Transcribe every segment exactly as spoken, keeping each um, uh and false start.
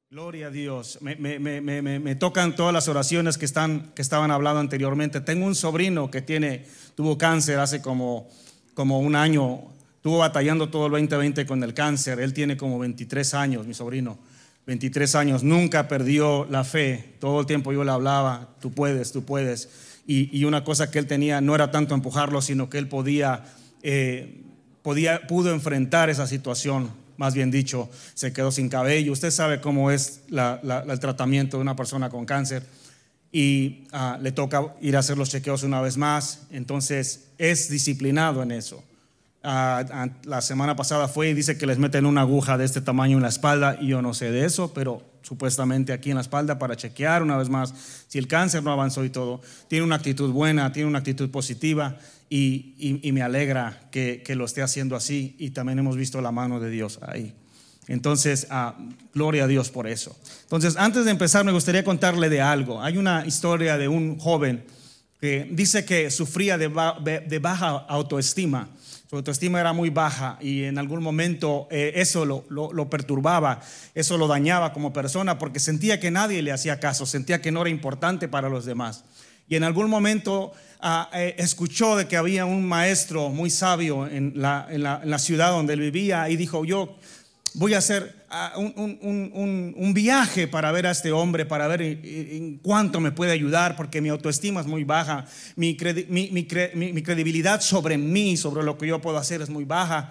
Gloria a Dios. Me, me, me, me, me tocan todas las oraciones que, están, que estaban hablando anteriormente. Tengo un sobrino que tiene, tuvo cáncer hace como, como un año. Estuvo batallando todo el veinte veinte con el cáncer. Él tiene como veintitrés años, mi sobrino. veintitrés años. Nunca perdió la fe. Todo el tiempo yo le hablaba, tú puedes, tú puedes. Y, y una cosa que él tenía no era tanto empujarlo, sino que él podía, eh, podía, pudo enfrentar esa situación. Más bien dicho, se quedó sin cabello. Usted sabe cómo es la, la, el tratamiento de una persona con cáncer y uh, le toca ir a hacer los chequeos una vez más. Entonces es disciplinado en eso. Uh, la semana pasada fue y dice que les meten una aguja de este tamaño en la espalda, y yo no sé de eso, pero supuestamente aquí en la espalda para chequear una vez más si el cáncer no avanzó y todo. Tiene una actitud buena, tiene una actitud positiva. Y, y, y me alegra que, que lo esté haciendo así, y también hemos visto la mano de Dios ahí. Entonces, uh, gloria a Dios por eso. Entonces, antes de empezar, me gustaría contarle de algo. Hay una historia de un joven que dice que sufría de, ba de baja autoestima. Su autoestima era muy baja y en algún momento eh, eso lo, lo, lo perturbaba, eso lo dañaba como persona, porque sentía que nadie le hacía caso, sentía que no era importante para los demás. Y en algún momento uh, eh, escuchó de que había un maestro muy sabio en la, en la, en la ciudad donde él vivía, y dijo: yo voy a hacer uh, un, un, un, un viaje para ver a este hombre, para ver en, en cuánto me puede ayudar, porque mi autoestima es muy baja, mi, credi mi, mi, cre mi, mi credibilidad sobre mí, sobre lo que yo puedo hacer es muy baja,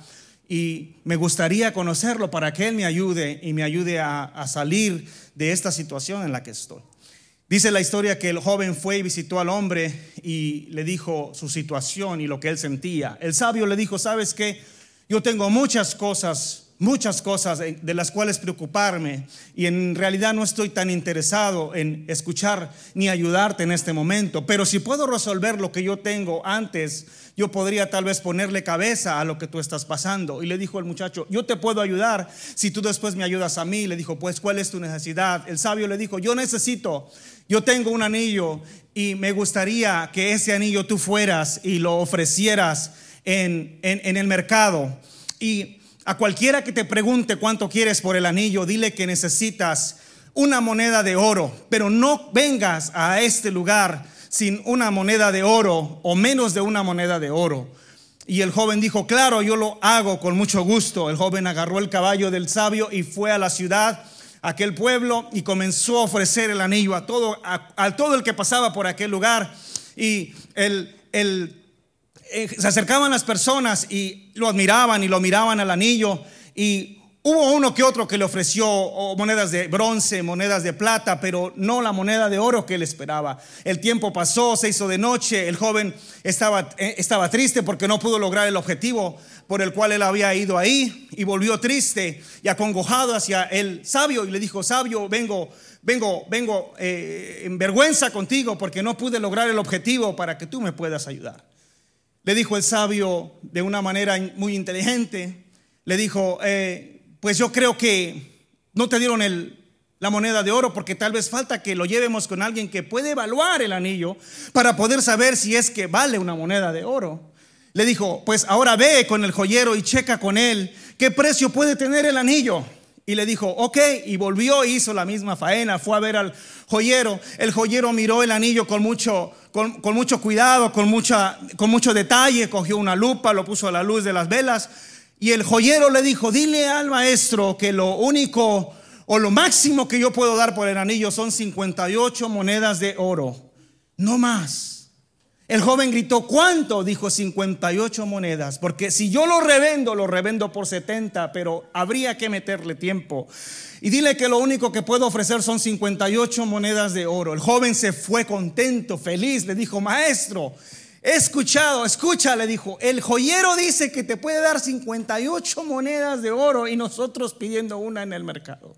y me gustaría conocerlo para que él me ayude y me ayude a, a salir de esta situación en la que estoy. Dice la historia que el joven fue y visitó al hombre y le dijo su situación y lo que él sentía. El sabio le dijo: ¿sabes qué? Yo tengo muchas cosas, muchas cosas de las cuales preocuparme, y en realidad no estoy tan interesado en escuchar ni ayudarte en este momento. Pero si puedo resolver lo que yo tengo antes, yo podría tal vez ponerle cabeza a lo que tú estás pasando. Y le dijo el muchacho: yo te puedo ayudar si tú después me ayudas a mí. Le dijo: pues, ¿cuál es tu necesidad? El sabio le dijo: yo necesito, yo tengo un anillo y me gustaría que ese anillo tú fueras y lo ofrecieras en, en, en el mercado. Y a cualquiera que te pregunte cuánto quieres por el anillo, dile que necesitas una moneda de oro, pero no vengas a este lugar sin una moneda de oro o menos de una moneda de oro. Y el joven dijo: claro, yo lo hago con mucho gusto. El joven agarró el caballo del sabio y fue a la ciudad, a aquel pueblo, y comenzó a ofrecer el anillo a todo, a, a todo el que pasaba por aquel lugar. Y el, el, eh, se acercaban las personas y lo admiraban y lo miraban al anillo, y hubo uno que otro que le ofreció monedas de bronce, monedas de plata, pero no la moneda de oro que él esperaba. El tiempo pasó, se hizo de noche. El joven estaba, estaba triste porque no pudo lograr el objetivo por el cual él había ido ahí, y volvió triste y acongojado hacia el sabio y le dijo: sabio, vengo, vengo, vengo eh, en vergüenza contigo porque no pude lograr el objetivo para que tú me puedas ayudar. Le dijo el sabio de una manera muy inteligente, le dijo: eh, pues yo creo que no te dieron el, la moneda de oro porque tal vez falta que lo llevemos con alguien que puede evaluar el anillo para poder saber si es que vale una moneda de oro. Le dijo: pues ahora ve con el joyero y checa con él qué precio puede tener el anillo. Y le dijo: ok, y volvió e hizo la misma faena, fue a ver al joyero. El joyero miró el anillo con mucho, con, con mucho cuidado, con, mucha, con mucho detalle, cogió una lupa, lo puso a la luz de las velas. Y el joyero le dijo: dile al maestro que lo único o lo máximo que yo puedo dar por el anillo son cincuenta y ocho monedas de oro, no más. El joven gritó: ¿cuánto? Dijo: cincuenta y ocho monedas, porque si yo lo revendo, lo revendo por setenta, pero habría que meterle tiempo. Y dile que lo único que puedo ofrecer son cincuenta y ocho monedas de oro. El joven se fue contento, feliz. Le dijo: maestro, he escuchado, escucha, le dijo, el joyero dice que te puede dar cincuenta y ocho monedas de oro y nosotros pidiendo una en el mercado.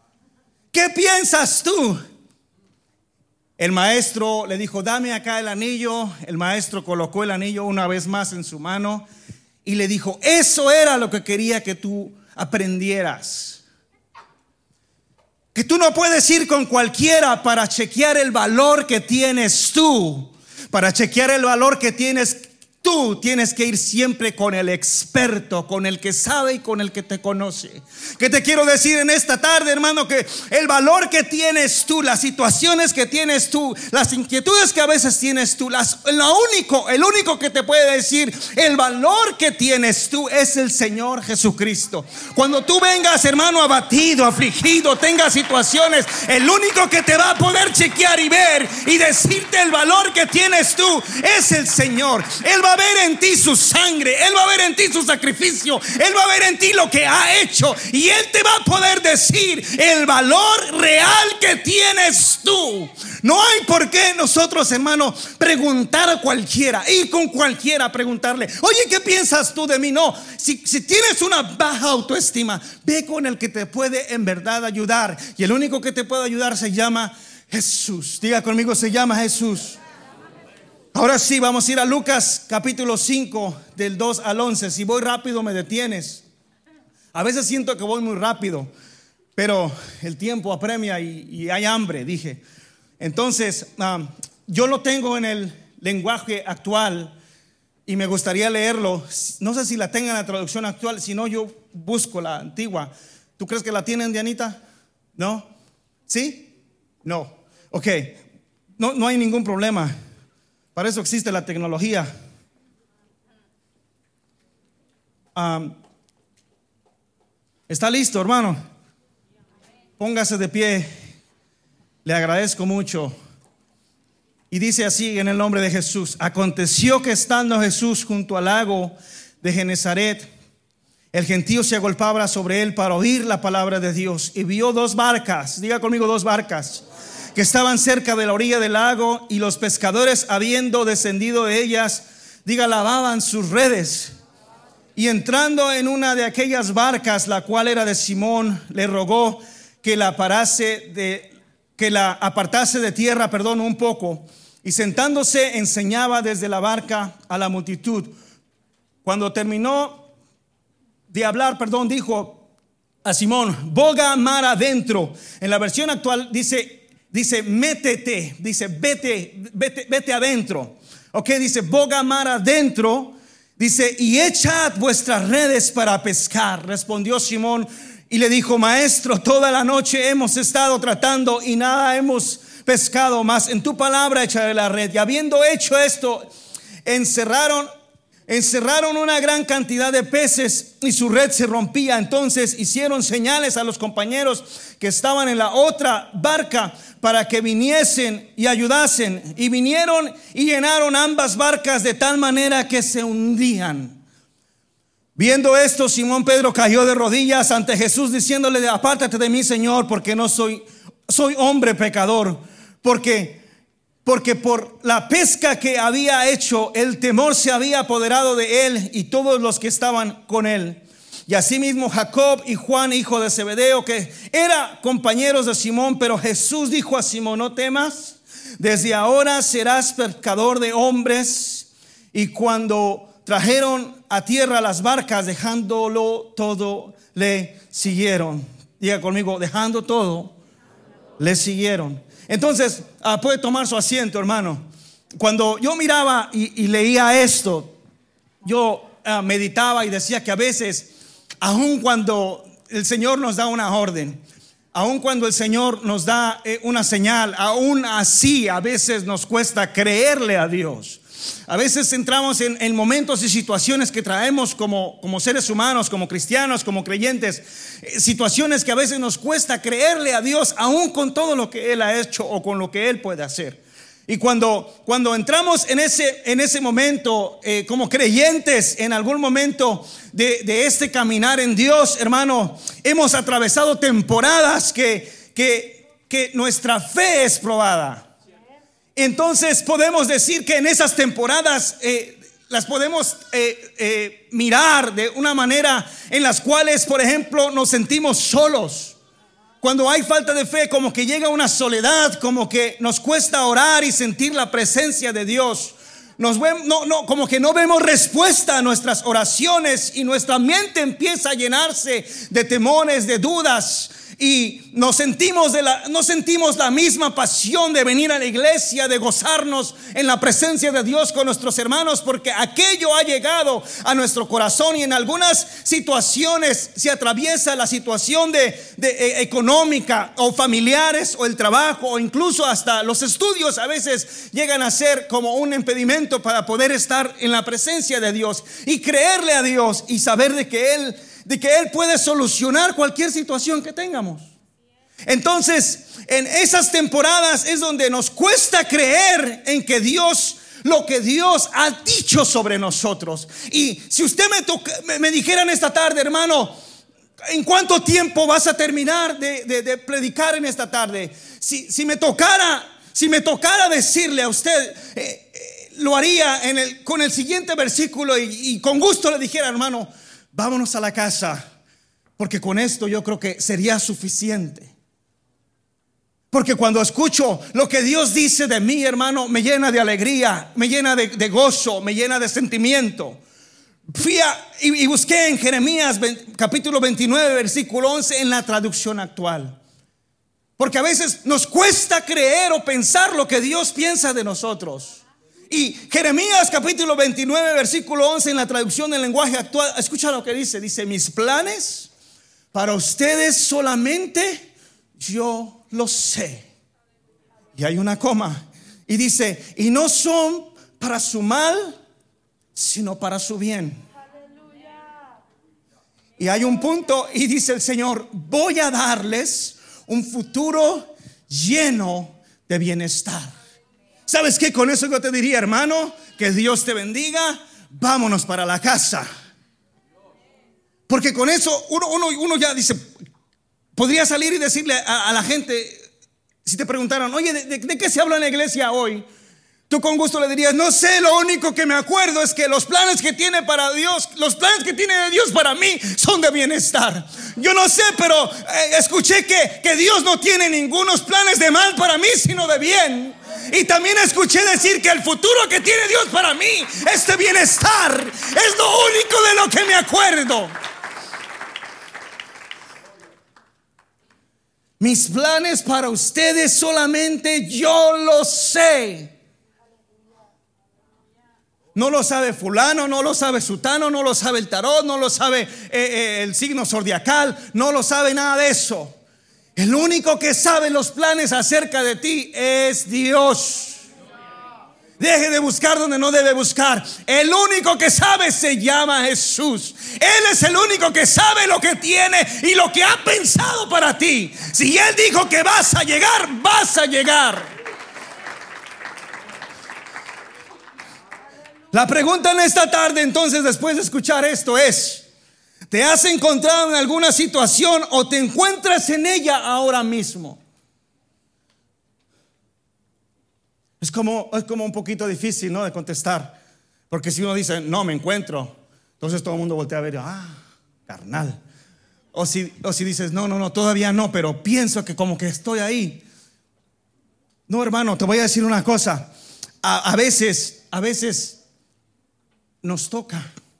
¿Qué piensas tú? El maestro le dijo: dame acá el anillo. El maestro colocó el anillo una vez más en su mano y le dijo: eso era lo que quería que tú aprendieras. Que tú no puedes ir con cualquiera para chequear el valor que tienes tú, para chequear el valor que tienes tú tú tienes que ir siempre con el experto, con el que sabe y con el que te conoce. ¿Qué te quiero decir en esta tarde, hermano? Que el valor que tienes tú, las situaciones que tienes tú, las inquietudes que a veces tienes tú, las, lo único, el único que te puede decir el valor que tienes tú es el Señor Jesucristo. Cuando tú vengas, hermano, abatido, afligido, tengas situaciones, el único que te va a poder chequear y ver y decirte el valor que tienes tú es el Señor. Él va a ver en ti su sangre, Él va a ver en ti su sacrificio, Él va a ver en ti lo que ha hecho, y Él te va a poder decir el valor real que tienes tú. No hay por qué nosotros, hermano, preguntar a cualquiera, ir con cualquiera a preguntarle: oye, ¿qué piensas tú de mí? No, si, si tienes una baja autoestima, ve con el que te puede en verdad ayudar, y el único que te puede ayudar se llama Jesús. Diga conmigo: se llama Jesús. Ahora sí, vamos a ir a Lucas capítulo cinco, del dos al once. Si voy rápido me detienes. A veces siento que voy muy rápido, pero el tiempo apremia y, y hay hambre, dije. Entonces, um, yo lo tengo en el lenguaje actual y me gustaría leerlo. No sé si la tengan en la traducción actual, si no yo busco la antigua. ¿Tú crees que la tienen, Dianita? ¿No? ¿Sí? No. Ok, no, no hay ningún problema. Para eso existe la tecnología. Um, ¿Está listo, hermano? Póngase de pie. Le agradezco mucho. Y dice así en el nombre de Jesús: aconteció que estando Jesús junto al lago de Genezaret, el gentío se agolpaba sobre él para oír la palabra de Dios, y vio dos barcas, diga conmigo, dos barcas, que estaban cerca de la orilla del lago, y los pescadores, habiendo descendido de ellas, diga, lavaban sus redes. Y entrando en una de aquellas barcas, la cual era de Simón, le rogó que la parase de, que la apartase de tierra, perdón, un poco. Y sentándose enseñaba desde la barca a la multitud. Cuando terminó de hablar, perdón, dijo a Simón: boga mar adentro. En la versión actual dice Dice, métete, dice, vete, vete, vete adentro. Ok, dice, boga mar adentro. Dice, y echad vuestras redes para pescar. Respondió Simón y le dijo: maestro, toda la noche hemos estado tratando y nada hemos pescado, mas en tu palabra echaré la red. Y habiendo hecho esto, encerraron Encerraron una gran cantidad de peces y su red se rompía. Entonces hicieron señales a los compañeros que estaban en la otra barca para que viniesen y ayudasen. Y vinieron y llenaron ambas barcas de tal manera que se hundían. Viendo esto, Simón Pedro cayó de rodillas ante Jesús, diciéndole: apártate de mí, Señor, porque no soy, soy hombre pecador. Porque Porque por la pesca que había hecho, el temor se había apoderado de él y todos los que estaban con él. Y asimismo Jacob y Juan, hijo de Zebedeo, que eran compañeros de Simón. Pero Jesús dijo a Simón: no temas, desde ahora serás pescador de hombres. Y cuando trajeron a tierra las barcas, dejándolo todo, le siguieron. Diga conmigo: dejando todo, le siguieron. Entonces, uh, puede tomar su asiento, hermano. Cuando yo miraba y, y leía esto, yo uh, meditaba y decía que a veces, aun cuando el Señor nos da una orden, aun cuando el Señor nos da eh, una señal, aún así a veces nos cuesta creerle a Dios. A veces entramos en, en momentos y situaciones que traemos como, como seres humanos, como cristianos, como creyentes, eh, situaciones que a veces nos cuesta creerle a Dios, aún con todo lo que Él ha hecho o con lo que Él puede hacer. Y cuando, cuando entramos en ese, en ese momento eh, como creyentes, en algún momento de, de este caminar en Dios, hermano, hemos atravesado temporadas que, que, que nuestra fe es probada. Entonces podemos decir que en esas temporadas eh, las podemos eh, eh, mirar de una manera en las cuales, por ejemplo, nos sentimos solos. Cuando hay falta de fe, como que llega una soledad, como que nos cuesta orar y sentir la presencia de Dios. Nos vemos, no, no, como que no vemos respuesta a nuestras oraciones y nuestra mente empieza a llenarse de temores, de dudas. y nos sentimos, de la, nos sentimos la misma pasión de venir a la iglesia, de gozarnos en la presencia de Dios con nuestros hermanos, porque aquello ha llegado a nuestro corazón. Y en algunas situaciones se atraviesa la situación de, de eh, económica o familiares o el trabajo o incluso hasta los estudios a veces llegan a ser como un impedimento para poder estar en la presencia de Dios y creerle a Dios y saber de que Él de que Él puede solucionar cualquier situación que tengamos. Entonces, en esas temporadas es donde nos cuesta creer en que Dios, lo que Dios ha dicho sobre nosotros. Y si usted me, toca, me, me dijera en esta tarde, hermano, ¿en cuánto tiempo vas a terminar de, de, de predicar en esta tarde? Si, si me tocara, si me tocara decirle a usted, eh, eh, lo haría en el, con el siguiente versículo y, y con gusto le dijera, hermano, vámonos a la casa, porque con esto yo creo que sería suficiente. Porque cuando escucho lo que Dios dice de mí, hermano, me llena de alegría, me llena de, de gozo, me llena de sentimiento. Fui a, y, y busqué en Jeremías capítulo veintinueve, versículo once, en la traducción actual. Porque a veces nos cuesta creer o pensar lo que Dios piensa de nosotros. Y Jeremías capítulo veintinueve, versículo once, en la traducción del lenguaje actual, escucha lo que dice. Dice: mis planes para ustedes solamente yo los sé. Y hay una coma. Y dice: y no son para su mal, sino para su bien. Y hay un punto y dice el Señor: voy a darles un futuro lleno de bienestar. ¿Sabes qué? Con eso yo te diría, hermano, que Dios te bendiga, vámonos para la casa. Porque con eso uno, uno, uno ya dice, podría salir y decirle a, a la gente, si te preguntaran, oye, ¿de, de, de qué se habla en la iglesia hoy? Tú con gusto le dirías: no sé, lo único que me acuerdo es que los planes que tiene para Dios, los planes que tiene Dios para mí son de bienestar. Yo no sé, pero eh, escuché que, que Dios no tiene ningunos planes de mal para mí, sino de bien. Y también escuché decir que el futuro que tiene Dios para mí es de bienestar. Es lo único de lo que me acuerdo. Mis planes para ustedes solamente yo los sé. No lo sabe fulano, no lo sabe sutano, no lo sabe el tarot, no lo sabe eh, eh, el signo zodiacal, no lo sabe nada de eso. El único que sabe los planes acerca de ti es Dios. Deje de buscar donde no debe buscar. El único que sabe se llama Jesús. Él es el único que sabe lo que tiene y lo que ha pensado para ti. Si Él dijo que vas a llegar, vas a llegar. La pregunta en esta tarde, entonces, después de escuchar esto, es: ¿te has encontrado en alguna situación o te encuentras en ella ahora mismo? Es como, es como un poquito difícil, ¿no?, de contestar. Porque si uno dice, no me encuentro, entonces todo el mundo voltea a ver, ah, carnal. O si, o si dices, no, no, no, todavía no, pero pienso que como que estoy ahí. No, hermano, te voy a decir una cosa. A, a veces, a veces nos toca.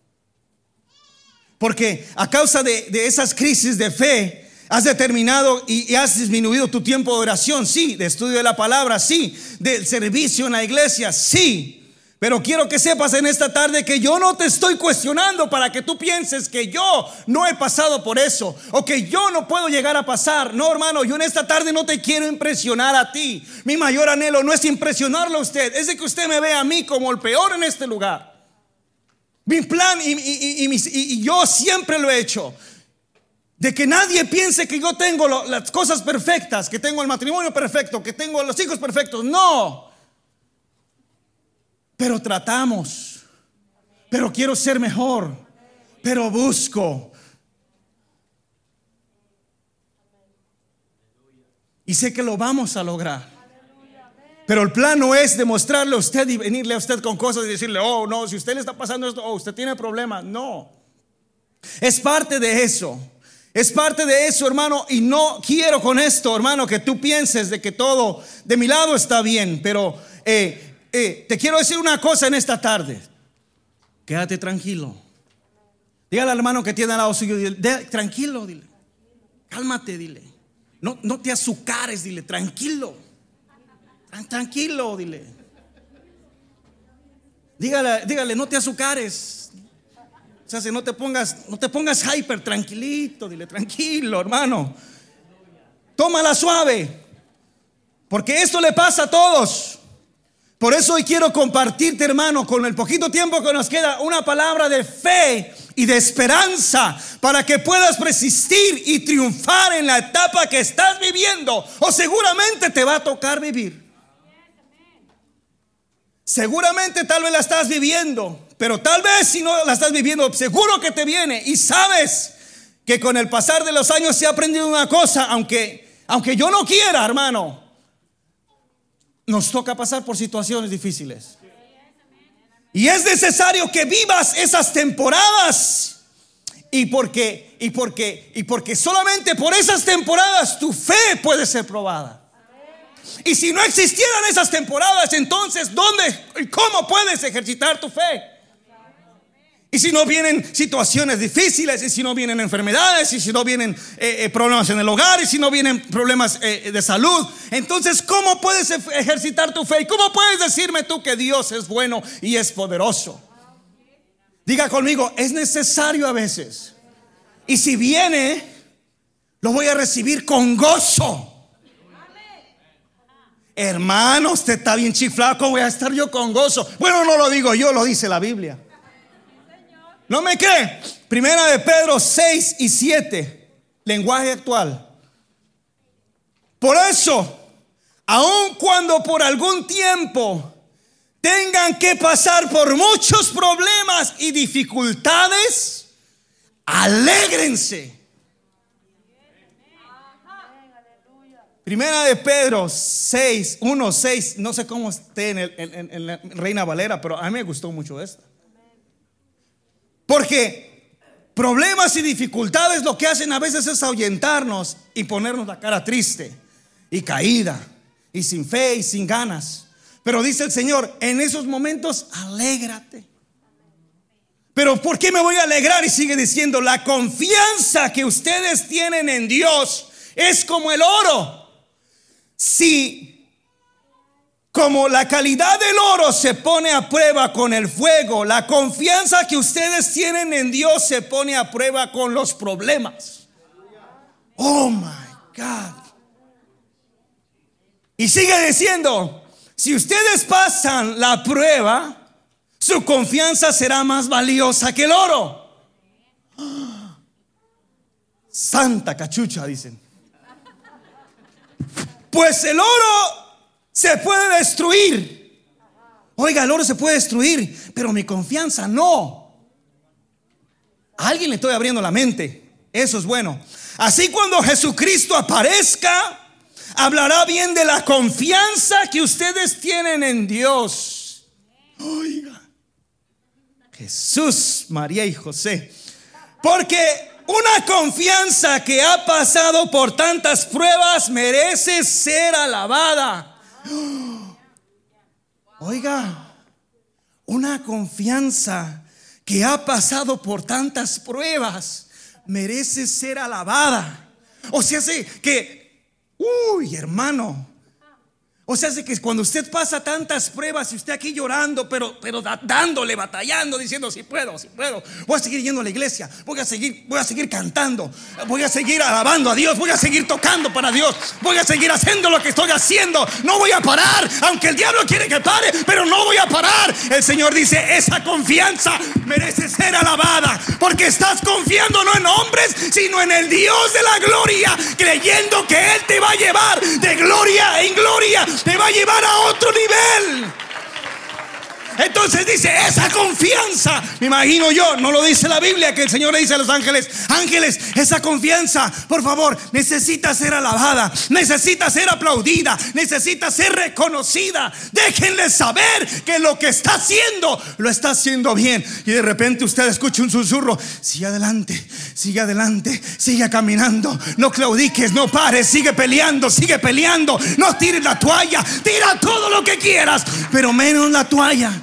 Porque a causa de, de esas crisis de fe, has determinado y, y has disminuido tu tiempo de oración, sí, de estudio de la palabra, sí, del servicio en la iglesia, sí. Pero quiero que sepas en esta tarde que yo no te estoy cuestionando para que tú pienses que yo no he pasado por eso o que yo no puedo llegar a pasar. No, hermano, yo en esta tarde no te quiero impresionar a ti. Mi mayor anhelo no es impresionarlo a usted, es de que usted me vea a mí como el peor en este lugar. Mi plan y, y, y, y, mis, y, y yo siempre lo he hecho, de que nadie piense que yo tengo lo, las cosas perfectas, que tengo el matrimonio perfecto, que tengo los hijos perfectos. No. Pero tratamos. Pero quiero ser mejor. Pero busco. Y sé que lo vamos a lograr. Pero el plan no es demostrarle a usted y venirle a usted con cosas y decirle, oh no, si usted le está pasando esto, oh, usted tiene problemas. No. Es parte de eso. Es parte de eso, hermano. Y no quiero con esto, hermano, que tú pienses de que todo de mi lado está bien. Pero eh, eh, te quiero decir una cosa en esta tarde. Quédate tranquilo. Dígale al hermano que tiene al lado suyo, dile, tranquilo, dile. Cálmate, dile. no, no te azucares, dile, tranquilo. Tranquilo, dile. Dígale, dígale, no te azucares. O sea, si no te pongas, no te pongas hyper, tranquilito, dile, tranquilo, hermano. Tómala suave. Porque esto le pasa a todos. Por eso hoy quiero compartirte, hermano, con el poquito tiempo que nos queda, una palabra de fe y de esperanza para que puedas persistir y triunfar en la etapa que estás viviendo o seguramente te va a tocar vivir. Seguramente tal vez la estás viviendo, pero tal vez si no la estás viviendo, seguro que te viene. Y sabes que con el pasar de los años se ha aprendido una cosa, aunque, aunque yo no quiera, hermano, nos toca pasar por situaciones difíciles. Y es necesario que vivas esas temporadas. Y porque, y porque, y porque solamente por esas temporadas tu fe puede ser probada. Y si no existieran esas temporadas, entonces ¿dónde y cómo puedes ejercitar tu fe? Y si no vienen situaciones difíciles, y si no vienen enfermedades, y si no vienen eh, eh, problemas en el hogar, y si no vienen problemas eh, de salud, entonces ¿cómo puedes ejercitar tu fe? ¿Y cómo puedes decirme tú que Dios es bueno y es poderoso? Diga conmigo, es necesario a veces. Y si viene, lo voy a recibir con gozo. Hermano, usted está bien chiflado, ¿cómo voy a estar yo con gozo? Bueno, no lo digo yo, lo dice la Biblia. ¿No me cree? Primera de Pedro seis y siete, lenguaje actual. Por eso, aun cuando por algún tiempo tengan que pasar por muchos problemas y dificultades, alégrense. Primera de Pedro seis, uno, seis, no sé cómo esté en, el, en, en la Reina Valera, pero a mí me gustó mucho esto. Porque problemas y dificultades lo que hacen a veces es ahuyentarnos y ponernos la cara triste y caída y sin fe y sin ganas. Pero dice el Señor, en esos momentos alégrate. Pero ¿por qué me voy a alegrar? Y sigue diciendo, la confianza que ustedes tienen en Dios es como el oro. Si como la calidad del oro se pone a prueba con el fuego, la confianza que ustedes tienen en Dios se pone a prueba con los problemas. Oh my God. Y sigue diciendo, si ustedes pasan la prueba, su confianza será más valiosa que el oro. Santa cachucha, dicen. Pues el oro se puede destruir. Oiga, el oro se puede destruir, pero mi confianza no. A alguien le estoy abriendo la mente. Eso es bueno. Así cuando Jesucristo aparezca, hablará bien de la confianza que ustedes tienen en Dios. Oiga, Jesús, María y José. Porque una confianza que ha pasado por tantas pruebas merece ser alabada. Oiga, una confianza que ha pasado por tantas pruebas merece ser alabada. O sea, hace que, uy, hermano, o sea, hace que cuando usted pasa tantas pruebas y usted aquí llorando, pero, pero dándole, batallando, diciendo, si puedo, si puedo, voy a seguir yendo a la iglesia, voy a seguir, voy a seguir cantando, voy a seguir alabando a Dios, voy a seguir tocando para Dios, voy a seguir haciendo lo que estoy haciendo, no voy a parar, aunque el diablo quiere que pare, pero no voy a parar. El Señor dice, esa confianza merece ser alabada, porque estás confiando no en hombres, sino en el Dios de la gloria, creyendo que Él te va a llevar de gloria en gloria, te va a llevar a otro nivel. Entonces dice, esa confianza, me imagino yo, no lo dice la Biblia, que el Señor le dice a los ángeles, ángeles, esa confianza, por favor, necesita ser alabada, necesita ser aplaudida, necesita ser reconocida. Déjenle saber que lo que está haciendo, lo está haciendo bien. Y de repente usted escucha un susurro, sigue adelante, sigue adelante, sigue caminando, no claudiques, no pares, sigue peleando, sigue peleando, no tires la toalla, tira todo lo que quieras, pero menos la toalla.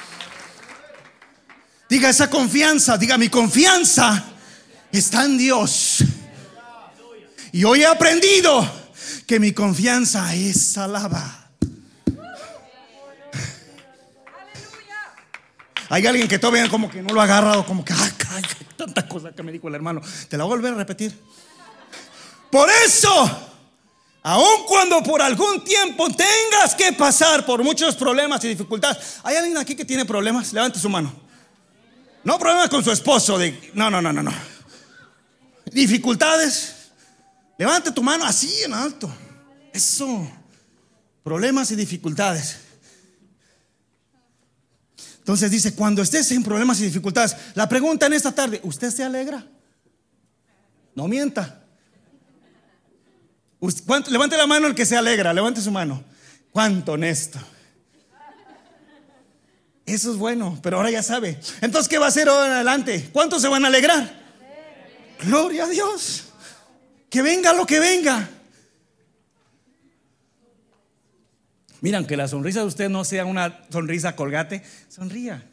Diga esa confianza, diga mi confianza está en Dios. Y hoy he aprendido que mi confianza es alaba. Hay alguien que todavía como que no lo ha agarrado, como que ay, ay, tanta cosa que me dijo el hermano. Te la voy a volver a repetir. Por eso, aun cuando por algún tiempo tengas que pasar por muchos problemas y dificultades. ¿Hay alguien aquí que tiene problemas? Levante su mano. No problemas con su esposo de, No, no, no, no, no. Dificultades. Levante tu mano así en alto. Eso. Problemas y dificultades. Entonces dice, cuando estés en problemas y dificultades, la pregunta en esta tarde, ¿usted se alegra? No mienta. Levante la mano el que se alegra. Levante su mano. Cuánto honesto. Eso es bueno, pero ahora ya sabe. Entonces, ¿qué va a hacer ahora en adelante? ¿Cuántos se van a alegrar? Gloria a Dios. Que venga lo que venga. Miren, que la sonrisa de usted no sea una sonrisa Colgate. Sonría.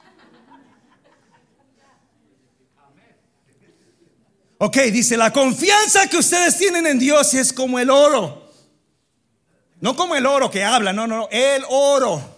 Ok, dice, la confianza que ustedes tienen en Dios es como el oro. No como el oro que habla, no, no, no, el oro.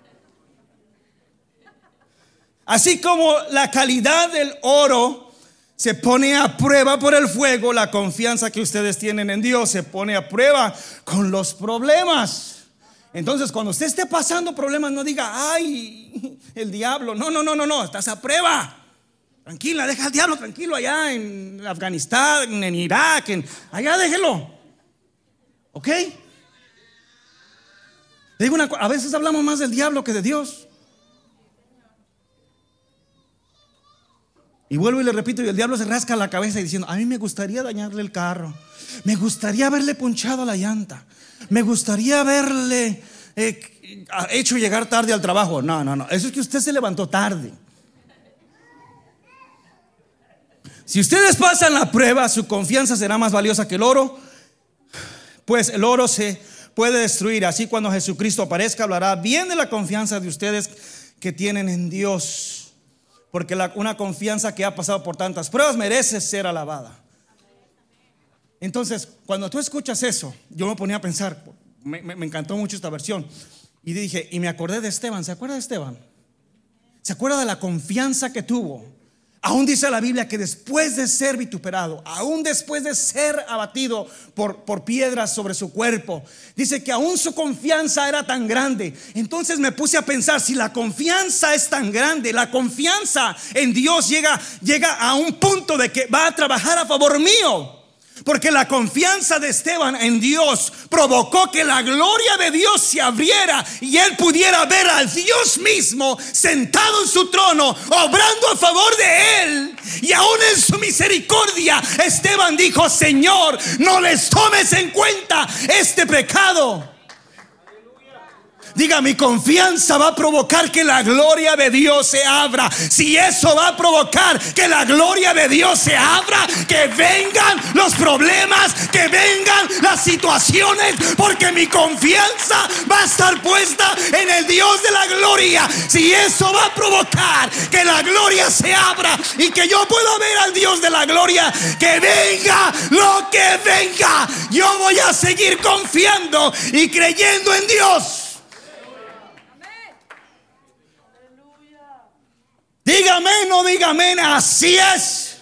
Así como la calidad del oro se pone a prueba por el fuego, la confianza que ustedes tienen en Dios se pone a prueba con los problemas. Entonces, cuando usted esté pasando problemas, no diga, ay, el diablo. No, no, no, no, no, estás a prueba. Tranquila, deja al diablo tranquilo allá en Afganistán, en Irak, en, allá déjelo. ¿Ok? Le digo una cosa, a veces hablamos más del diablo que de Dios. Y vuelvo y le repito, y el diablo se rasca la cabeza y diciendo, a mí me gustaría dañarle el carro, me gustaría haberle ponchado la llanta, me gustaría haberle eh, hecho llegar tarde al trabajo. No, no, no, eso es que usted se levantó tarde. Si ustedes pasan la prueba, su confianza será más valiosa que el oro, pues el oro se puede destruir. Así cuando Jesucristo aparezca, hablará bien de la confianza de ustedes que tienen en Dios, porque la, una confianza que ha pasado por tantas pruebas merece ser alabada. Entonces, cuando tú escuchas eso, yo me ponía a pensar, me, me, me encantó mucho esta versión, y dije, y me acordé de Esteban. ¿Se acuerda de Esteban? ¿Se acuerda de la confianza que tuvo? Aún dice la Biblia que después de ser vituperado, aún después de ser abatido por, por piedras sobre su cuerpo, dice que aún su confianza era tan grande. Entonces me puse a pensar, si la confianza es tan grande, la confianza en Dios llega, llega a un punto de que va a trabajar a favor mío. Porque la confianza de Esteban en Dios provocó que la gloria de Dios se abriera y él pudiera ver al Dios mismo sentado en su trono, obrando a favor de él. Y aún en su misericordia, Esteban dijo, Señor, no les tomes en cuenta este pecado. Diga, mi confianza va a provocar que la gloria de Dios se abra. Si eso va a provocar que la gloria de Dios se abra, que vengan los problemas, que vengan las situaciones, porque mi confianza va a estar puesta en el Dios de la gloria. Si eso va a provocar que la gloria se abra y que yo pueda ver al Dios de la gloria, que venga lo que venga, yo voy a seguir confiando y creyendo en Dios. Dígame, no dígame, así es.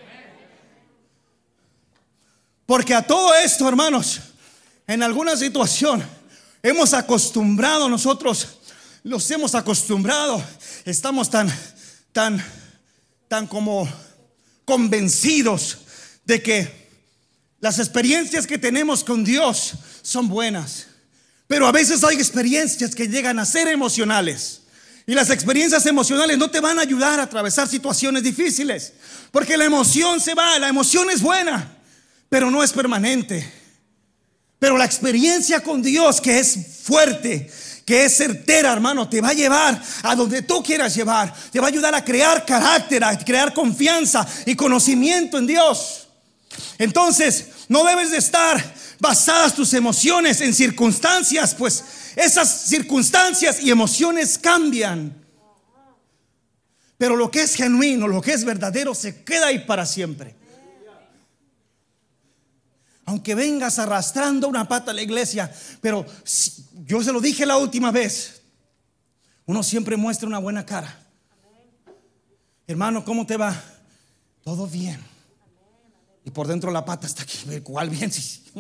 Porque a todo esto, hermanos, en alguna situación hemos acostumbrado nosotros, los hemos acostumbrado, estamos tan, tan, tan como convencidos de que las experiencias que tenemos con Dios son buenas, pero a veces hay experiencias que llegan a ser emocionales. Y las experiencias emocionales no te van a ayudar a atravesar situaciones difíciles, porque la emoción se va, la emoción es buena, pero no es permanente. Pero la experiencia con Dios, que es fuerte, que es certera, hermano, te va a llevar a donde tú quieras llevar. Te va a ayudar a crear carácter, a crear confianza y conocimiento en Dios. Entonces, no debes de estar basadas tus emociones en circunstancias, pues esas circunstancias y emociones cambian. Pero lo que es genuino, lo que es verdadero, se queda ahí para siempre. aunque vengas arrastrando una pata a la iglesia, pero yo se lo dije la última vez, uno siempre muestra una buena cara. Hermano, ¿cómo te va? Todo bien. Y por dentro la pata está aquí. ¿Cuál bien?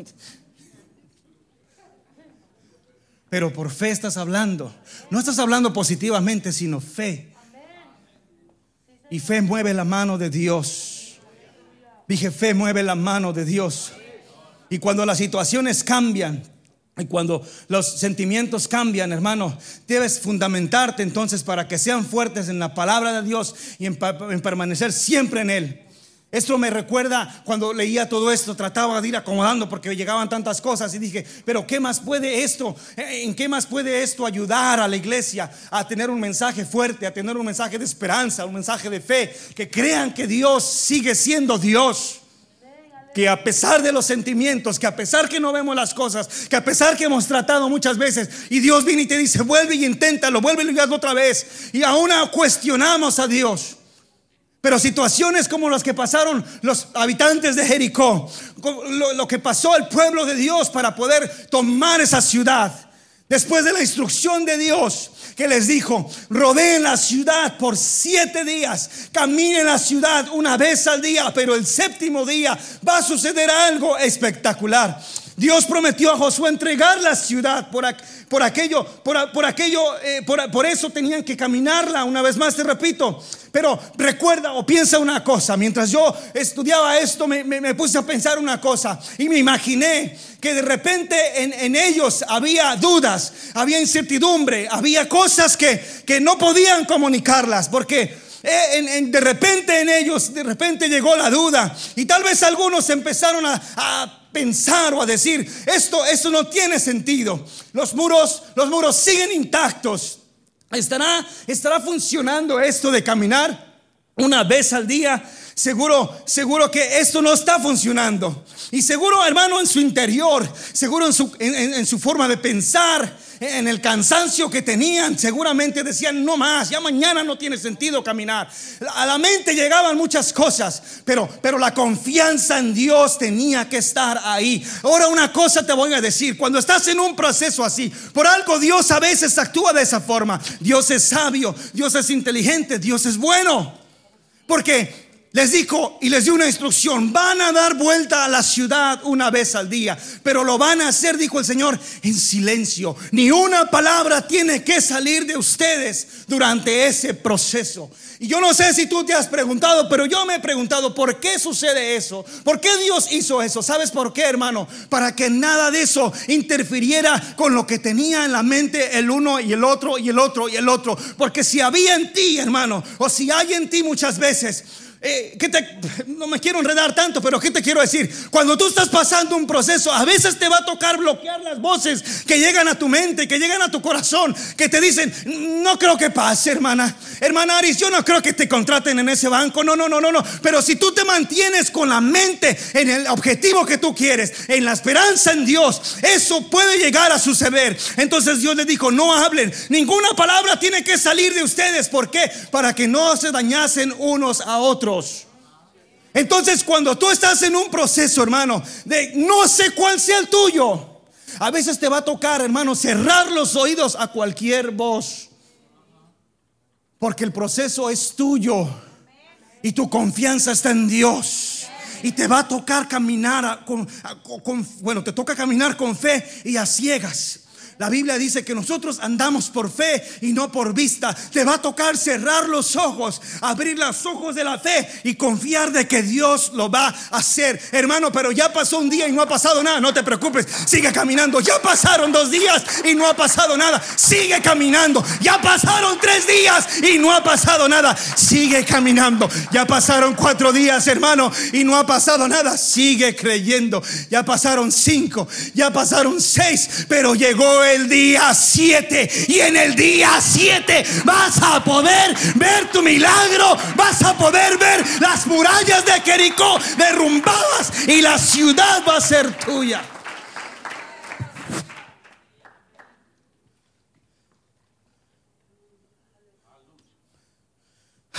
Pero por fe estás hablando. No estás hablando positivamente, sino fe. Y fe mueve la mano de Dios. Dije, fe mueve la mano de Dios. Y cuando las situaciones cambian, y cuando los sentimientos cambian, hermano, debes fundamentarte entonces para que sean fuertes en la palabra de Dios y en, en permanecer siempre en Él. Esto me recuerda cuando leía todo esto, trataba de ir acomodando porque llegaban tantas cosas y dije, pero ¿qué más puede esto? ¿En qué más puede esto ayudar a la iglesia a tener un mensaje fuerte, a tener un mensaje de esperanza, un mensaje de fe, que crean que Dios sigue siendo Dios? Que a pesar de los sentimientos, que a pesar que no vemos las cosas, que a pesar que hemos tratado muchas veces y Dios viene y te dice, vuelve y inténtalo, vuelve y hazlo otra vez, y aún cuestionamos a Dios. Pero situaciones como las que pasaron los habitantes de Jericó, lo, lo que pasó al pueblo de Dios para poder tomar esa ciudad, después de la instrucción de Dios que les dijo, rodeen la ciudad por siete días, caminen la ciudad una vez al día, pero el séptimo día va a suceder algo espectacular. Dios prometió a Josué entregar la ciudad por, por aquello, por, por aquello, eh, por, por eso tenían que caminarla. Una vez más te repito, pero recuerda o piensa una cosa. Mientras yo estudiaba esto, me, me, me puse a pensar una cosa y me imaginé que de repente en, en ellos había dudas, había incertidumbre, había cosas que, que no podían comunicarlas, porque En, en, de repente en ellos, de repente llegó la duda, y tal vez algunos empezaron a, a pensar o a decir, esto, esto no tiene sentido. Los muros, los muros siguen intactos. ¿Estará, estará funcionando esto de caminar una vez al día? Seguro, seguro que esto no está funcionando. Y seguro, hermano, en su interior, seguro en su, en, en su forma de pensar, en el cansancio que tenían, seguramente decían, no más, ya mañana no tiene sentido caminar. A la mente llegaban muchas cosas, pero, pero la confianza en Dios tenía que estar ahí. Ahora una cosa te voy a decir, cuando estás en un proceso así, por algo Dios a veces actúa de esa forma. Dios es sabio, Dios es inteligente, Dios es bueno, porque les dijo y les dio una instrucción: van a dar vuelta a la ciudad una vez al día, pero lo van a hacer, dijo el Señor, en silencio. Ni una palabra tiene que salir de ustedes durante ese proceso. Y yo no sé si tú te has preguntado, pero yo me he preguntado, ¿por qué sucede eso? ¿Por qué Dios hizo eso? ¿Sabes por qué, hermano? Para que nada de eso interfiriera con lo que tenía en la mente el uno y el otro y el otro y el otro. Porque si había en ti, hermano, o si hay en ti muchas veces, Eh, ¿qué te, no me quiero enredar tanto, pero ¿qué te quiero decir? Cuando tú estás pasando un proceso, a veces te va a tocar bloquear las voces que llegan a tu mente, que llegan a tu corazón, que te dicen, no creo que pase, hermana Hermana Aris, yo no creo que te contraten en ese banco. No, no, no, no, no. Pero si tú te mantienes con la mente en el objetivo que tú quieres, en la esperanza en Dios, eso puede llegar a suceder. Entonces Dios les dijo, no hablen, ninguna palabra tiene que salir de ustedes. ¿Por qué? Para que no se dañasen unos a otros. Entonces, cuando tú estás en un proceso, hermano, de no sé cuál sea el tuyo, a veces te va a tocar, hermano, cerrar los oídos a cualquier voz, porque el proceso es tuyo y tu confianza está en Dios. Y te va a tocar caminar a, con, a, con, bueno, te toca caminar con fe y a ciegas. La Biblia dice que nosotros andamos por fe y no por vista. Te va a tocar cerrar los ojos, abrir los ojos de la fe y confiar de que Dios lo va a hacer. Hermano, pero ya pasó un día y no ha pasado nada. No te preocupes, sigue caminando. Ya pasaron dos días y no ha pasado nada. Sigue caminando. Ya pasaron tres días y no ha pasado nada. Sigue caminando. Ya pasaron cuatro días, hermano, y no ha pasado nada. Sigue creyendo. Ya pasaron cinco, ya pasaron seis, pero llegó el día siete, y en el día siete vas a poder ver tu milagro. Vas a poder ver las murallas de Jericó derrumbadas y la ciudad va a ser tuya.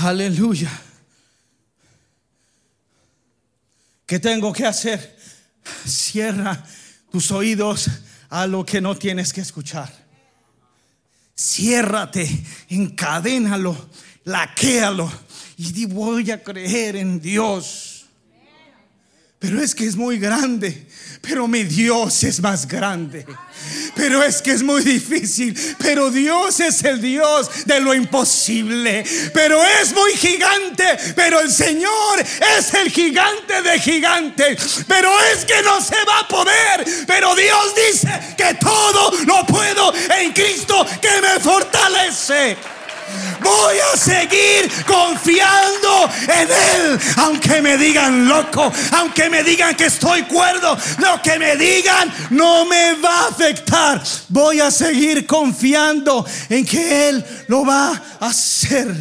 Aleluya. ¿Qué tengo que hacer? Cierra tus oídos a lo que no tienes que escuchar. Ciérrate, encadénalo, laquéalo y di: voy a creer en Dios. Pero es que es muy grande. Pero mi Dios es más grande. Pero es que es muy difícil. Pero Dios es el Dios de lo imposible. Pero es muy gigante. Pero el Señor es el gigante de gigantes. Pero es que no se va a poder. Pero Dios dice que todo lo puedo en Cristo que me fortalece. Voy a seguir confiando en Él, aunque me digan loco, aunque me digan que estoy cuerdo. Lo que me digan no me va a afectar. Voy a seguir confiando en que Él lo va a hacer.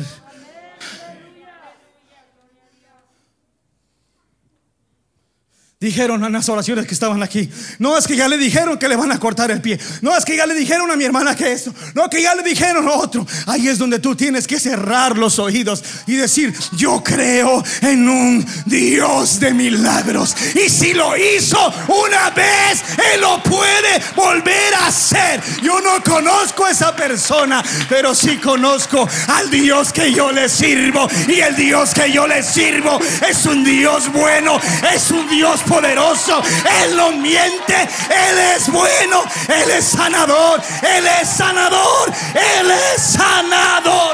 Dijeron en las oraciones que estaban aquí: no, es que ya le dijeron que le van a cortar el pie. No, es que ya le dijeron a mi hermana que esto. No, que ya le dijeron lo otro. Ahí es donde tú tienes que cerrar los oídos y decir: yo creo en un Dios de milagros. Y si lo hizo una vez, Él lo puede volver a hacer. Yo no conozco a esa persona, pero sí conozco al Dios que yo le sirvo. Y el Dios que yo le sirvo es un Dios bueno, es un Dios poderoso. Él no miente. Él es bueno. Él es sanador. Él es sanador. Él es sanador.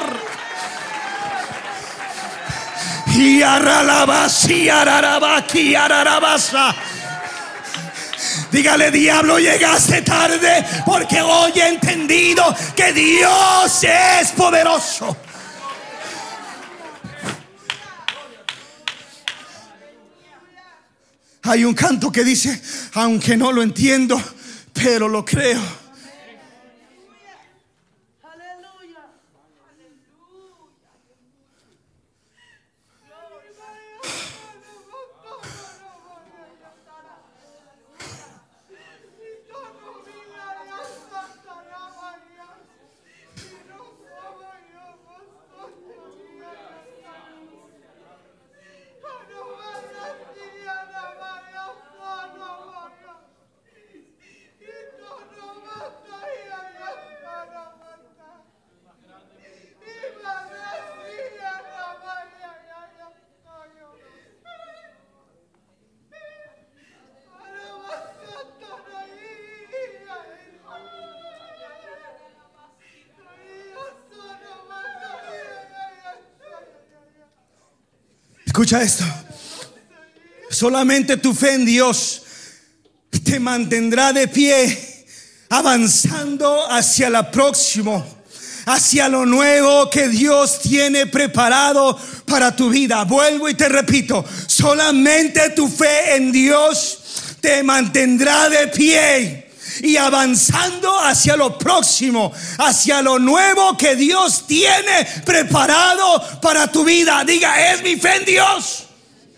Y arralabasi, ararabaki, ararabasa. Dígale: diablo, llegaste tarde, porque hoy he entendido que Dios es poderoso. Hay un canto que dice: aunque no lo entiendo, pero lo creo. Escucha esto: solamente tu fe en Dios te mantendrá de pie, avanzando hacia lo próximo, hacia lo nuevo que Dios tiene preparado para tu vida. Vuelvo y te repito: solamente tu fe en Dios te mantendrá de pie y avanzando hacia lo próximo, hacia lo nuevo que Dios tiene preparado para tu vida. Diga: es mi fe en Dios.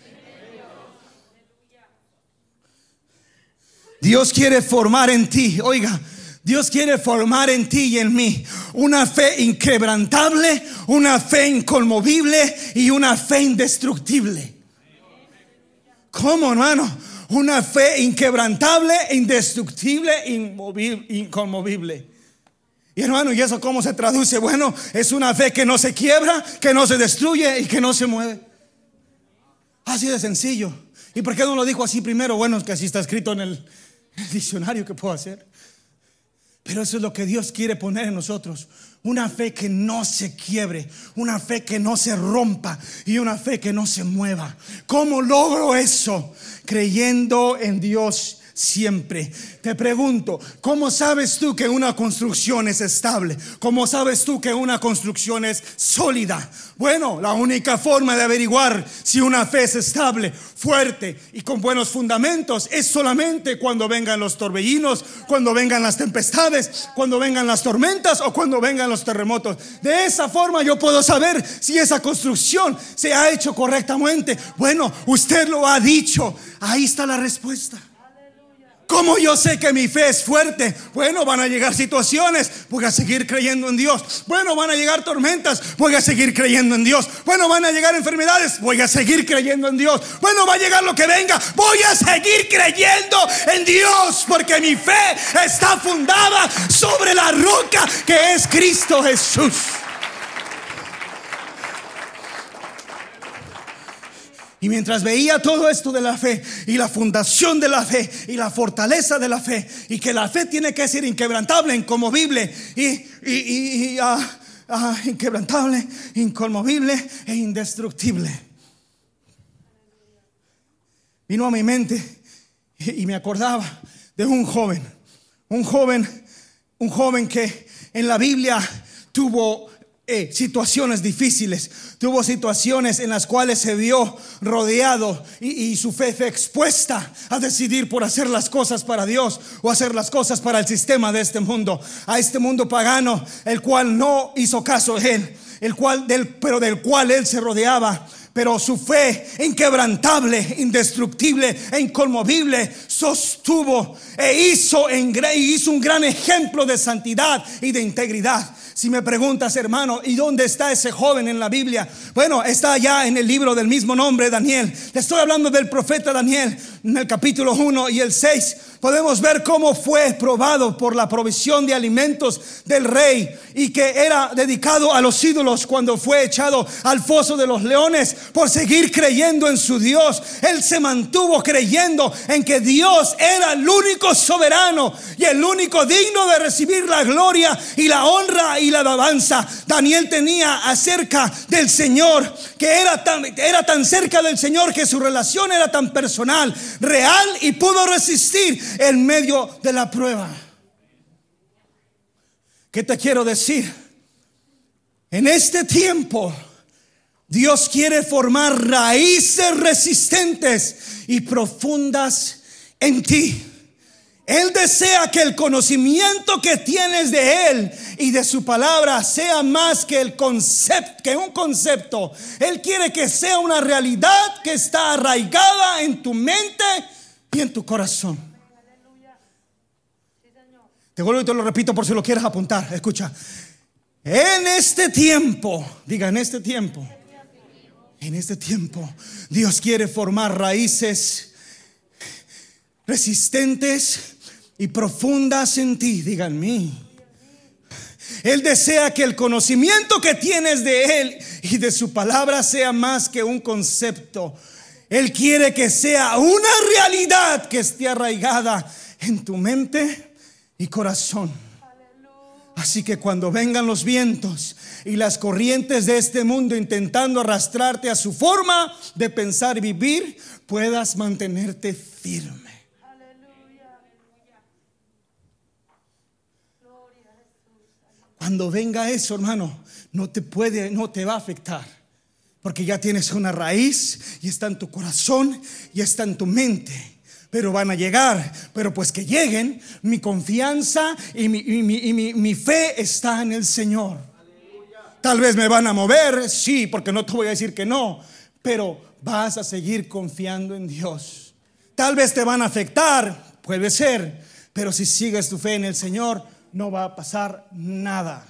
Dios quiere formar en ti, oiga, Dios quiere formar en ti y en mí una fe inquebrantable, una fe inconmovible y una fe indestructible. ¿Cómo, hermano? Una fe inquebrantable, indestructible, inmovible, inconmovible. Y hermano, ¿y eso cómo se traduce? Bueno, es una fe que no se quiebra, que no se destruye y que no se mueve. Así de sencillo. ¿Y por qué no lo dijo así primero? Bueno, es que así está escrito en el, el diccionario que puedo hacer. Pero eso es lo que Dios quiere poner en nosotros: una fe que no se quiebre, una fe que no se rompa y una fe que no se mueva. ¿Cómo logro eso? Creyendo en Dios siempre. Te pregunto: ¿cómo sabes tú que una construcción es estable? ¿Cómo sabes tú que una construcción es sólida? Bueno, la única forma de averiguar si una fe es estable, fuerte y con buenos fundamentos es solamente cuando vengan los torbellinos, cuando vengan las tempestades, cuando vengan las tormentas o cuando vengan los terremotos. De esa forma yo puedo saber si esa construcción se ha hecho correctamente. Bueno, usted lo ha dicho. Ahí está la respuesta. ¿Cómo yo sé que mi fe es fuerte? Bueno, van a llegar situaciones, voy a seguir creyendo en Dios. Bueno, van a llegar tormentas, voy a seguir creyendo en Dios. Bueno, van a llegar enfermedades, voy a seguir creyendo en Dios. Bueno, va a llegar lo que venga, voy a seguir creyendo en Dios, porque mi fe está fundada sobre la roca que es Cristo Jesús. Y mientras veía todo esto de la fe y la fundación de la fe y la fortaleza de la fe, y que la fe tiene que ser inquebrantable, inconmovible y, y, y, y uh, uh, inquebrantable, inconmovible e indestructible, vino a mi mente y, y me acordaba de un joven, un joven, un joven que en la Biblia tuvo Eh, situaciones difíciles, tuvo situaciones en las cuales se vio rodeado y, y su fe fue expuesta a decidir por hacer las cosas para Dios o hacer las cosas para el sistema de este mundo, a este mundo pagano, el cual no hizo caso a él, el cual del, pero del cual él se rodeaba. Pero su fe inquebrantable, indestructible e inconmovible sostuvo e hizo, en, hizo un gran ejemplo de santidad y de integridad. Si me preguntas, hermano, ¿y dónde está ese joven en la Biblia? Bueno, está allá en el libro del mismo nombre, Daniel. Le estoy hablando del profeta Daniel. En el capítulo uno y el seis podemos ver cómo fue probado por la provisión de alimentos del rey, y que era dedicado a los ídolos cuando fue echado al foso de los leones por seguir creyendo en su Dios. Él se mantuvo creyendo en que Dios era el único soberano y el único digno de recibir la gloria y la honra y la alabanza. Daniel tenía acerca del Señor, que era tan, era tan cerca del Señor, que su relación era tan personal, real, y pudo resistir en medio de la prueba. ¿Qué te quiero decir? En este tiempo Dios quiere formar raíces resistentes y profundas en ti. Él desea que el conocimiento que tienes de Él y de su palabra sea más que el concepto, que un concepto. Él quiere que sea una realidad que está arraigada en tu mente y en tu corazón. Te vuelvo y te lo repito por si lo quieres apuntar. Escucha. En este tiempo, diga, en este tiempo, en este tiempo, Dios quiere formar raíces resistentes y profundas en ti. Diga, en mí. Él desea que el conocimiento que tienes de Él y de su palabra sea más que un concepto. Él quiere que sea una realidad que esté arraigada en tu mente y corazón. Así que cuando vengan los vientos y las corrientes de este mundo intentando arrastrarte a su forma de pensar y vivir, puedas mantenerte firme. Cuando venga eso, hermano, no te puede, no te va a afectar, porque ya tienes una raíz y está en tu corazón y está en tu mente. Pero van a llegar, pero pues que lleguen. Mi confianza y mi, y mi, y mi, mi fe está en el Señor. Tal vez me van a mover, sí, porque no te voy a decir que no, pero vas a seguir confiando en Dios. Tal vez te van a afectar, puede ser, pero si sigues tu fe en el Señor, no va a pasar nada.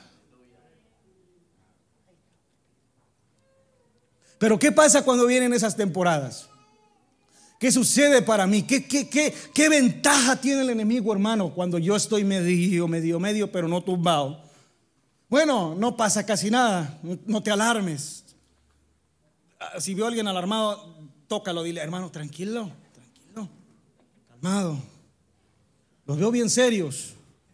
Pero ¿qué pasa cuando vienen esas temporadas? ¿Qué sucede para mí? ¿Qué, qué, qué, qué ventaja tiene el enemigo, hermano, cuando yo estoy medio, medio, medio, pero no tumbado? Bueno, no pasa casi nada, no te alarmes. Si veo a alguien alarmado, tócalo, dile, hermano, tranquilo, tranquilo, calmado. Los veo bien serios,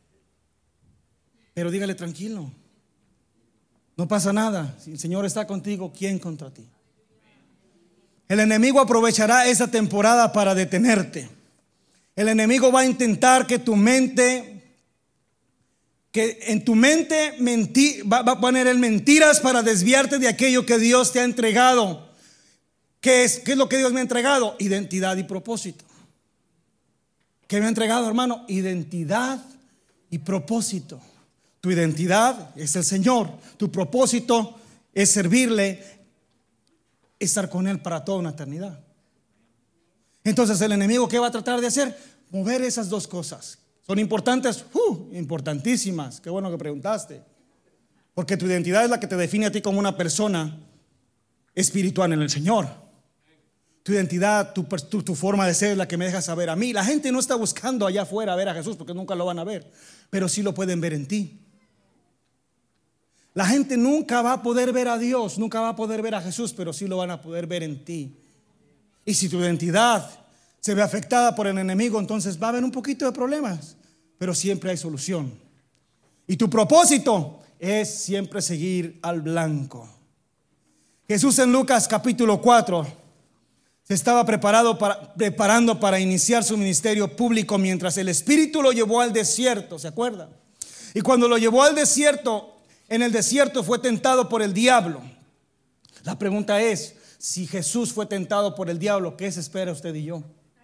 pero dígale, tranquilo, no pasa nada. Si el Señor está contigo, ¿quién contra ti? El enemigo aprovechará esa temporada para detenerte. El enemigo va a intentar que tu mente, que en tu mente menti, va, va a poner el mentiras para desviarte de aquello que Dios te ha entregado. ¿Qué es, qué es lo que Dios me ha entregado? Identidad y propósito. ¿Qué me ha entregado, hermano? Identidad y propósito. Tu identidad es el Señor. Tu propósito es servirle, estar con Él para toda una eternidad. Entonces el enemigo, ¿qué va a tratar de hacer? mover esas dos cosas. ¿Son importantes? Uh, importantísimas. Qué bueno que preguntaste. Porque tu identidad es la que te define a ti como una persona espiritual en el Señor. Tu identidad, tu, tu, tu forma de ser es la que me deja saber a mí. La gente no está buscando allá afuera a ver a Jesús porque nunca lo van a ver, pero sí lo pueden ver en ti. La gente nunca va a poder ver a Dios, nunca va a poder ver a Jesús, pero sí lo van a poder ver en ti. Y si tu identidad se ve afectada por el enemigo, entonces va a haber un poquito de problemas, pero siempre hay solución. Y tu propósito es siempre seguir al blanco. Jesús en Lucas capítulo cuatro se estaba preparado para, preparando para iniciar su ministerio público mientras el Espíritu lo llevó al desierto, ¿se acuerda? Y cuando lo llevó al desierto, en el desierto fue tentado por el diablo. La pregunta es, si Jesús fue tentado por el diablo, ¿qué se espera usted y yo?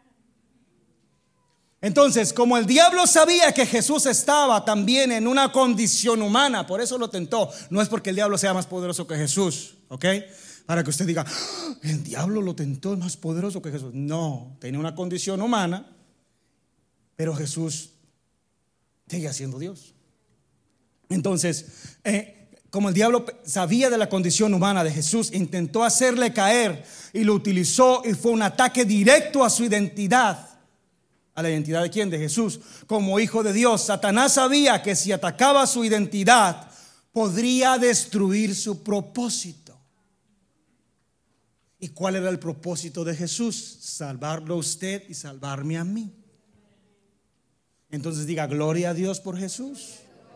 Entonces, como el diablo sabía que Jesús estaba también en una condición humana, por eso lo tentó. No es porque el diablo sea más poderoso que Jesús, ¿ok? Para que usted diga, ¡oh! El diablo lo tentó, es más poderoso que Jesús. No, tenía una condición humana, pero Jesús sigue siendo Dios. Entonces, eh, como el diablo sabía de la condición humana de Jesús, intentó hacerle caer y lo utilizó, y fue un ataque directo a su identidad. ¿A la identidad de quién? De Jesús, como hijo de Dios. Satanás sabía que si atacaba su identidad, podría destruir su propósito. ¿Y cuál era el propósito de Jesús? Salvarlo a usted y salvarme a mí. Entonces diga, gloria a Dios por Jesús.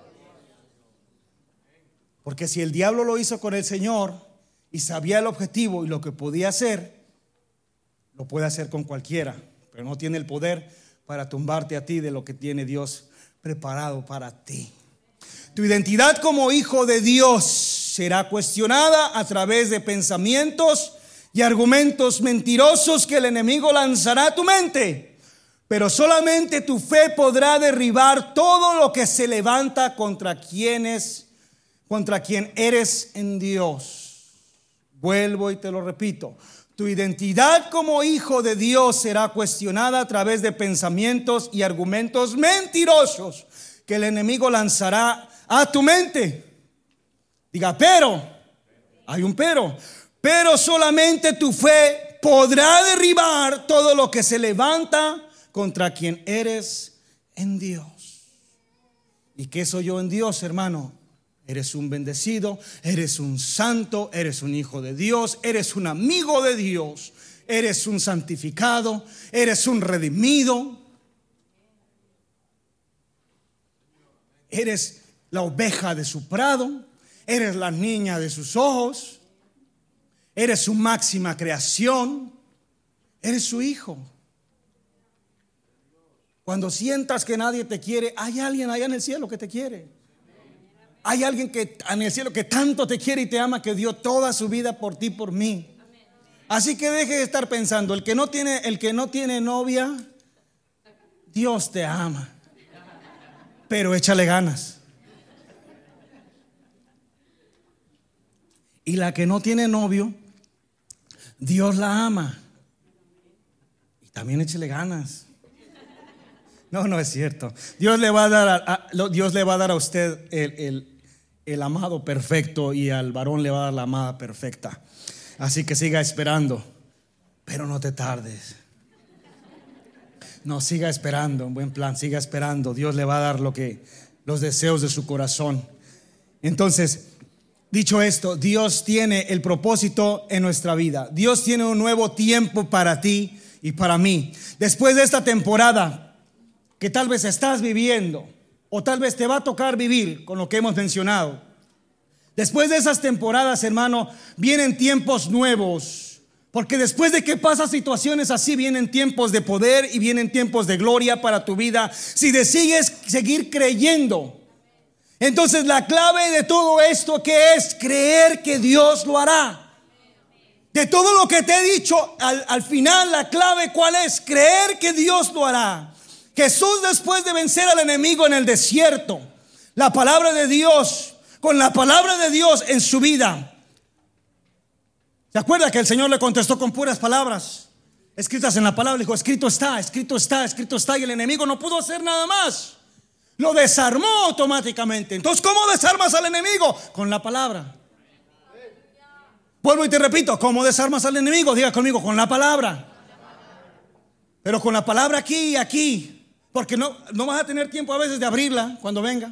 Porque si el diablo lo hizo con el Señor y sabía el objetivo y lo que podía hacer, lo puede hacer con cualquiera, pero no tiene el poder para tumbarte a ti de lo que tiene Dios preparado para ti. Tu identidad como hijo de Dios será cuestionada a través de pensamientos y argumentos mentirosos que el enemigo lanzará a tu mente, pero solamente tu fe podrá derribar todo lo que se levanta contra quienes contra quien eres en Dios. Vuelvo y te lo repito, tu identidad como hijo de Dios será cuestionada a través de pensamientos y argumentos mentirosos que el enemigo lanzará a tu mente. Diga, pero, hay un pero, pero solamente tu fe podrá derribar todo lo que se levanta contra quien eres en Dios. ¿Y qué soy yo en Dios, hermano? Eres un bendecido, eres un santo, eres un hijo de Dios, eres un amigo de Dios, eres un santificado, eres un redimido, eres la oveja de su prado, eres la niña de sus ojos, eres su máxima creación, eres su hijo. Cuando sientas que nadie te quiere, hay alguien allá en el cielo que te quiere. Hay alguien que en el cielo que tanto te quiere y te ama, que dio toda su vida por ti, por mí. Así que deje de estar pensando, el que no tiene, el que no tiene novia, Dios te ama, pero échale ganas. Y la que no tiene novio, Dios la ama, y también échale ganas. No, no es cierto. Dios le va a dar a, a, Dios le va a dar a usted el, el, el amado perfecto, y al varón le va a dar la amada perfecta. Así que siga esperando, pero no te tardes. No, siga esperando, un buen plan, siga esperando. Dios le va a dar lo que, los deseos de su corazón. Entonces, dicho esto, Dios tiene el propósito en nuestra vida. Dios tiene un nuevo tiempo para ti y para mí. Después de esta temporada que tal vez estás viviendo, o tal vez te va a tocar vivir con lo que hemos mencionado, después de esas temporadas, hermano, vienen tiempos nuevos. Porque después de que pasas situaciones así, vienen tiempos de poder y vienen tiempos de gloria para tu vida, si decides seguir creyendo. Entonces la clave de todo esto, ¿qué es? Creer que Dios lo hará. De todo lo que te he dicho, al, al final la clave, ¿cuál es? Creer que Dios lo hará. Jesús, después de vencer al enemigo en el desierto, la palabra de Dios, con la palabra de Dios en su vida, ¿se acuerda que el Señor le contestó con puras palabras? escritas en la palabra. Dijo, escrito está, escrito está, escrito está. Y el enemigo no pudo hacer nada más. Lo desarmó automáticamente. Entonces, ¿cómo desarmas al enemigo? Con la palabra. Vuelvo y te repito, ¿cómo desarmas al enemigo? Diga conmigo, con la palabra. Pero con la palabra aquí y aquí. Porque no, no vas a tener tiempo a veces de abrirla cuando venga.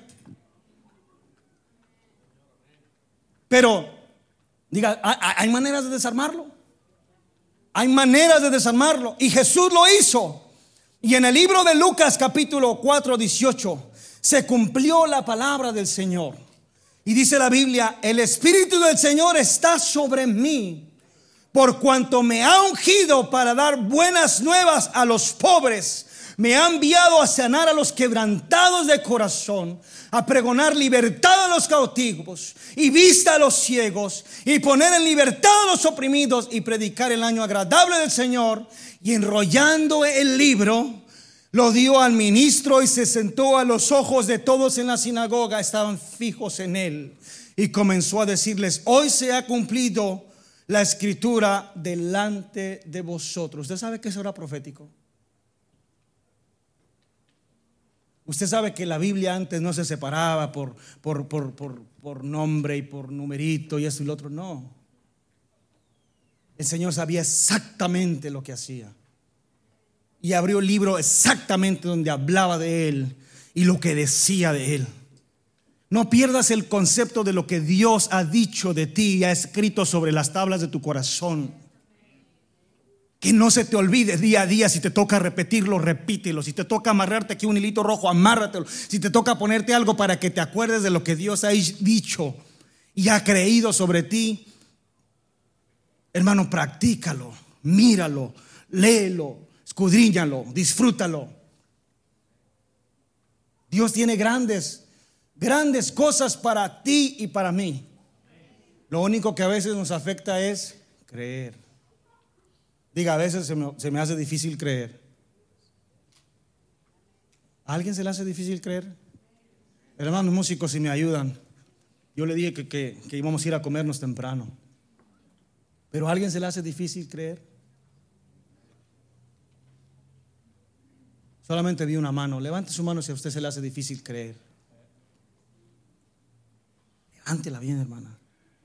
Pero, diga, ¿hay maneras de desarmarlo? Hay maneras de desarmarlo. Y Jesús lo hizo. Y en el libro de Lucas capítulo cuatro, dieciocho, se cumplió la palabra del Señor. Y dice la Biblia, el Espíritu del Señor está sobre mí, por cuanto me ha ungido para dar buenas nuevas a los pobres. Me ha enviado a sanar a los quebrantados de corazón, a pregonar libertad a los cautivos y vista a los ciegos, y poner en libertad a los oprimidos, y predicar el año agradable del Señor. Y enrollando el libro, lo dio al ministro y se sentó a los ojos de todos en la sinagoga. Estaban fijos en él y comenzó a decirles, hoy se ha cumplido la escritura delante de vosotros. ¿Usted sabe que eso era profético? Usted sabe que la Biblia antes no se separaba por, por, por, por, por nombre y por numerito y eso y lo otro. No. El Señor sabía exactamente lo que hacía. Y abrió el libro exactamente donde hablaba de Él y lo que decía de Él. No pierdas el concepto de lo que Dios ha dicho de ti y ha escrito sobre las tablas de tu corazón. Que no se te olvide día a día. Si te toca repetirlo, repítelo. Si te toca amarrarte aquí un hilito rojo, amárratelo. Si te toca ponerte algo para que te acuerdes de lo que Dios ha dicho y ha creído sobre ti, hermano, practícalo, míralo, léelo, escudriñalo, disfrútalo. Dios tiene grandes, grandes cosas para ti y para mí. Lo único que a veces nos afecta es creer. Diga, a veces se me, se me hace difícil creer. ¿A alguien se le hace difícil creer? Hermanos músicos, si me ayudan. Yo le dije que, que, que íbamos a ir a comernos temprano. ¿Pero a alguien se le hace difícil creer? Solamente vi una mano. Levante su mano si a usted se le hace difícil creer. Levántela bien, hermana.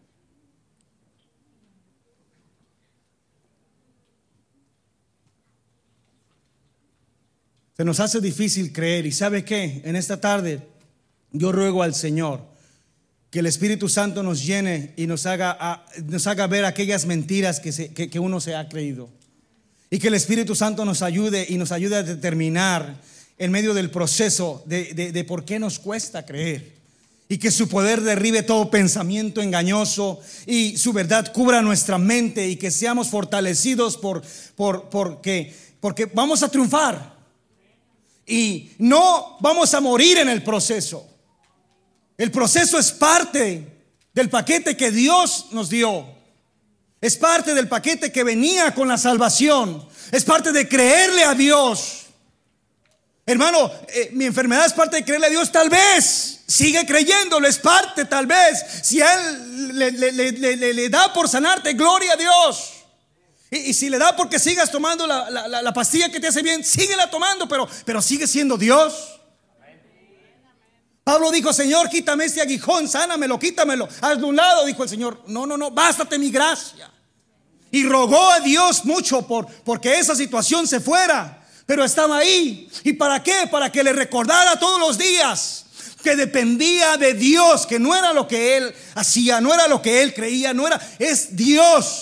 Se nos hace difícil creer. ¿Y sabe qué? En esta tarde yo ruego al Señor que el Espíritu Santo nos llene y nos haga, a, nos haga ver aquellas mentiras que, se, que, que uno se ha creído. Y que el Espíritu Santo nos ayude y nos ayude a determinar en medio del proceso de, de, de por qué nos cuesta creer. Y que su poder derribe todo pensamiento engañoso y su verdad cubra nuestra mente y que seamos fortalecidos por, por, porque, porque vamos a triunfar. Y no vamos a morir en el proceso. El proceso es parte del paquete que Dios nos dio. Es parte del paquete que venía con la salvación. Es parte de creerle a Dios. Hermano, eh, mi enfermedad es parte de creerle a Dios. Tal vez sigue creyéndolo, es parte tal vez. Si a Él le, le, le, le, le da por sanarte, gloria a Dios. Y, y si le da porque sigas tomando la, la, la, la pastilla que te hace bien, síguela tomando, pero, pero sigue siendo Dios. Pablo dijo, Señor, quítame este aguijón, sánamelo, quítamelo, hazlo a un lado. Dijo el Señor, no, no, no, bástate mi gracia. Y rogó a Dios mucho por, porque esa situación se fuera, pero estaba ahí. ¿Y para qué? Para que le recordara todos los días que dependía de Dios, que no era lo que él hacía, no era lo que él creía, no era, es Dios.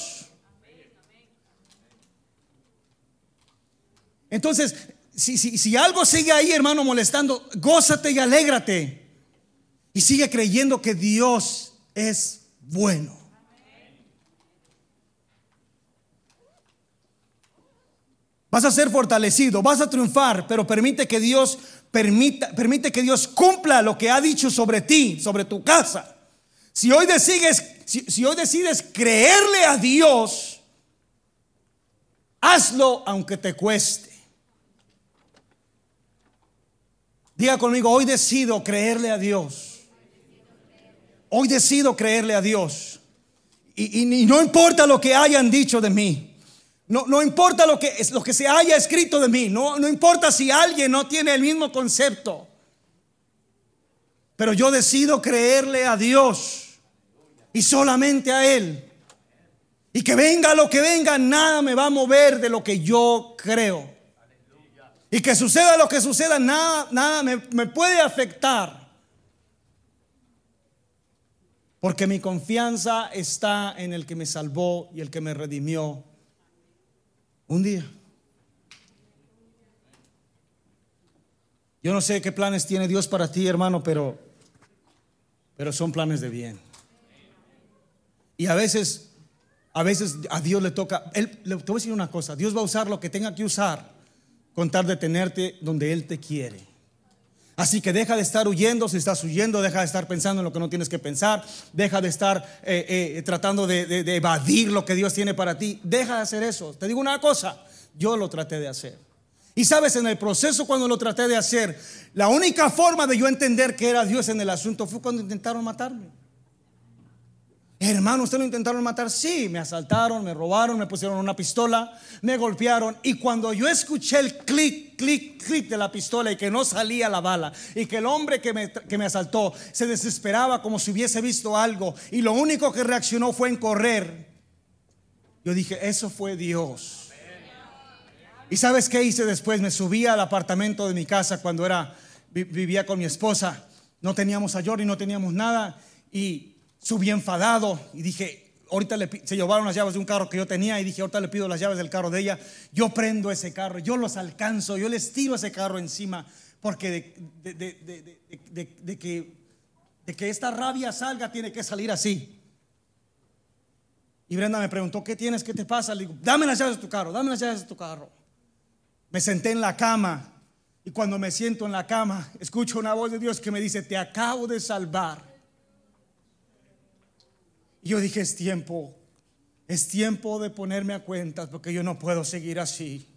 Entonces, si, si, si algo sigue ahí, hermano, molestando, gózate y alégrate. Y sigue creyendo que Dios es bueno. Vas a ser fortalecido, vas a triunfar, pero permite que Dios permita, permite que Dios cumpla lo que ha dicho sobre ti, sobre tu casa. Si hoy decides, si, si hoy decides creerle a Dios, hazlo aunque te cueste. Diga conmigo, hoy decido creerle a Dios. Hoy decido creerle a Dios. Y, y, y no importa lo que hayan dicho de mí. No, no importa lo que, es, lo que se haya escrito de mí. No, no importa si alguien no tiene el mismo concepto. Pero yo decido creerle a Dios y solamente a Él. Y que venga lo que venga, nada me va a mover de lo que yo creo. Y que suceda lo que suceda, nada, nada me, me puede afectar. Porque mi confianza está en el que me salvó y el que me redimió un día. Yo no sé qué planes tiene Dios para ti, hermano, pero, pero son planes de bien. Y a veces, a veces a Dios le toca, él, le, te voy a decir una cosa, Dios va a usar lo que tenga que usar con tal de tenerte donde Él te quiere. Así que deja de estar huyendo. Si estás huyendo, deja de estar pensando en lo que no tienes que pensar. Deja de estar eh, eh, tratando de, de, de evadir lo que Dios tiene para ti. Deja de hacer eso. Te digo una cosa, yo lo traté de hacer. Y sabes, en el proceso cuando lo traté de hacer, la única forma de yo entender que era Dios en el asunto fue cuando intentaron matarme. Hermano, ¿usted lo intentaron matar? Sí, me asaltaron, me robaron, me pusieron una pistola, me golpearon. Y cuando yo escuché el clic, clic, clic de la pistola y que no salía la bala, y que el hombre que me, que me asaltó se desesperaba como si hubiese visto algo, y lo único que reaccionó fue en correr, yo dije, eso fue Dios. ¿Y sabes qué hice después? Me subí al apartamento de mi casa cuando era, vivía con mi esposa. No teníamos ayor y no teníamos nada, y subí enfadado y dije, ahorita le, se llevaron las llaves de un carro que yo tenía, y dije, ahorita le pido las llaves del carro de ella. Yo prendo ese carro, yo los alcanzo, yo les tiro ese carro encima, porque de, de, de, de, de, de, de que, de que esta rabia salga, tiene que salir así. Y Brenda me preguntó, ¿qué tienes? ¿Qué te pasa? Le digo, dame las llaves de tu carro, dame las llaves de tu carro. Me senté en la cama, y cuando me siento en la cama, escucho una voz de Dios que me dice, te acabo de salvar. Y yo dije, es tiempo, es tiempo de ponerme a cuentas, porque yo no puedo seguir así.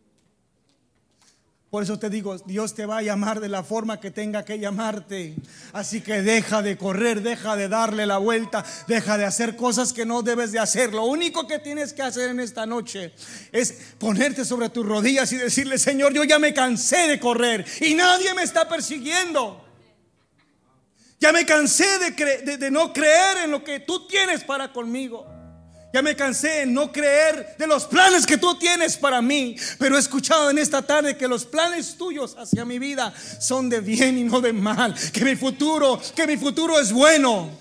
Por eso te digo, Dios te va a llamar de la forma que tenga que llamarte. Así que deja de correr, deja de darle la vuelta, deja de hacer cosas que no debes de hacer. Lo único que tienes que hacer en esta noche es ponerte sobre tus rodillas y decirle, Señor, yo ya me cansé de correr y nadie me está persiguiendo. Ya me cansé de, cre- de, de no creer en lo que tú tienes para conmigo. Ya me cansé de no creer de los planes que tú tienes para mí. Pero he escuchado en esta tarde que los planes tuyos hacia mi vida son de bien y no de mal. Que mi futuro, que mi futuro es bueno.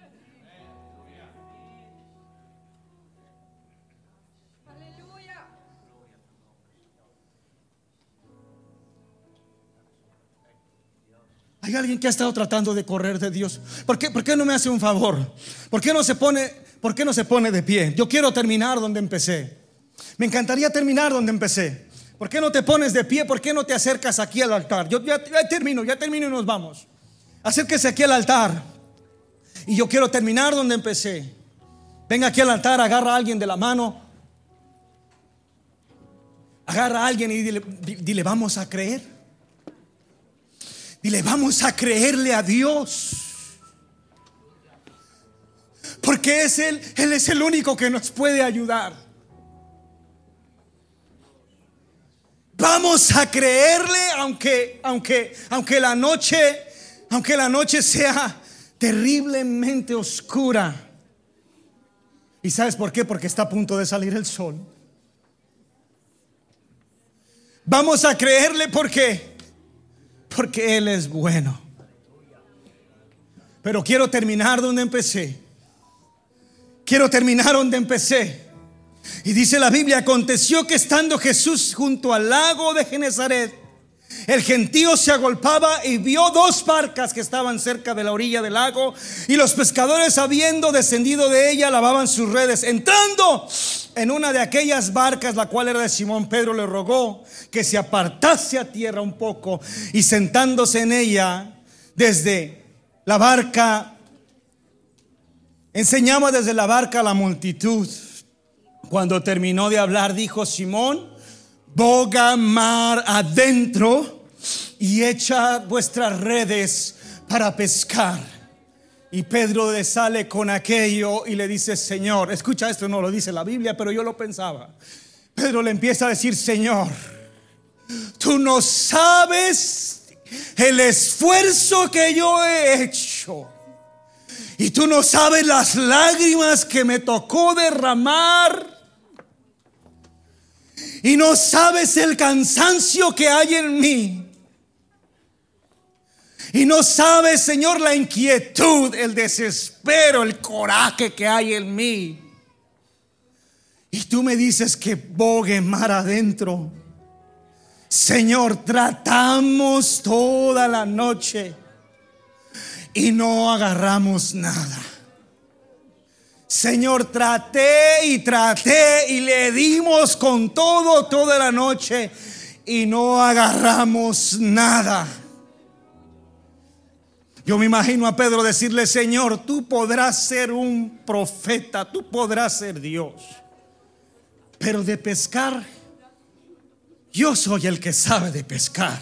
Hay alguien que ha estado tratando de correr de Dios. ¿Por qué, por qué no me hace un favor? ¿Por qué no se pone, por qué no se pone de pie? Yo quiero terminar donde empecé. Me encantaría terminar donde empecé. ¿Por qué no te pones de pie? ¿Por qué no te acercas aquí al altar? Yo ya, ya termino, ya termino y nos vamos. Acérquese aquí al altar. Y yo quiero terminar donde empecé. Venga aquí al altar, agarra a alguien de la mano. Agarra a alguien y dile, dile, vamos a creer. Dile, vamos a creerle a Dios. Porque es Él, Él es el único que nos puede ayudar. Vamos a creerle aunque, aunque, aunque la noche, aunque la noche sea terriblemente oscura. ¿Y sabes por qué? Porque está a punto de salir el sol. Vamos a creerle porque Porque Él es bueno. Pero quiero terminar donde empecé. Quiero terminar donde empecé. Y dice la Biblia, aconteció que estando Jesús junto al lago de Genezaret, el gentío se agolpaba y vio dos barcas que estaban cerca de la orilla del lago, y los pescadores, habiendo descendido de ella, lavaban sus redes. Entrando en una de aquellas barcas, la cual era de Simón Pedro, le rogó que se apartase a tierra un poco, y sentándose en ella desde la barca, enseñaba desde la barca a la multitud. Cuando terminó de hablar, dijo: Simón, boga mar adentro y echa vuestras redes para pescar. Y Pedro le sale con aquello y le dice: Señor, escucha esto, no lo dice la Biblia, pero yo lo pensaba. Pedro le empieza a decir: Señor, tú no sabes el esfuerzo que yo he hecho, y tú no sabes las lágrimas que me tocó derramar, y no sabes el cansancio que hay en mí, y no sabes, Señor, la inquietud, el desespero, el coraje que hay en mí. Y tú me dices que bogue mar adentro. Señor, tratamos toda la noche y no agarramos nada. Señor, traté y traté y le dimos con todo toda la noche y no agarramos nada. Yo me imagino a Pedro decirle: Señor, tú podrás ser un profeta, tú podrás ser Dios, pero de pescar, yo soy el que sabe de pescar.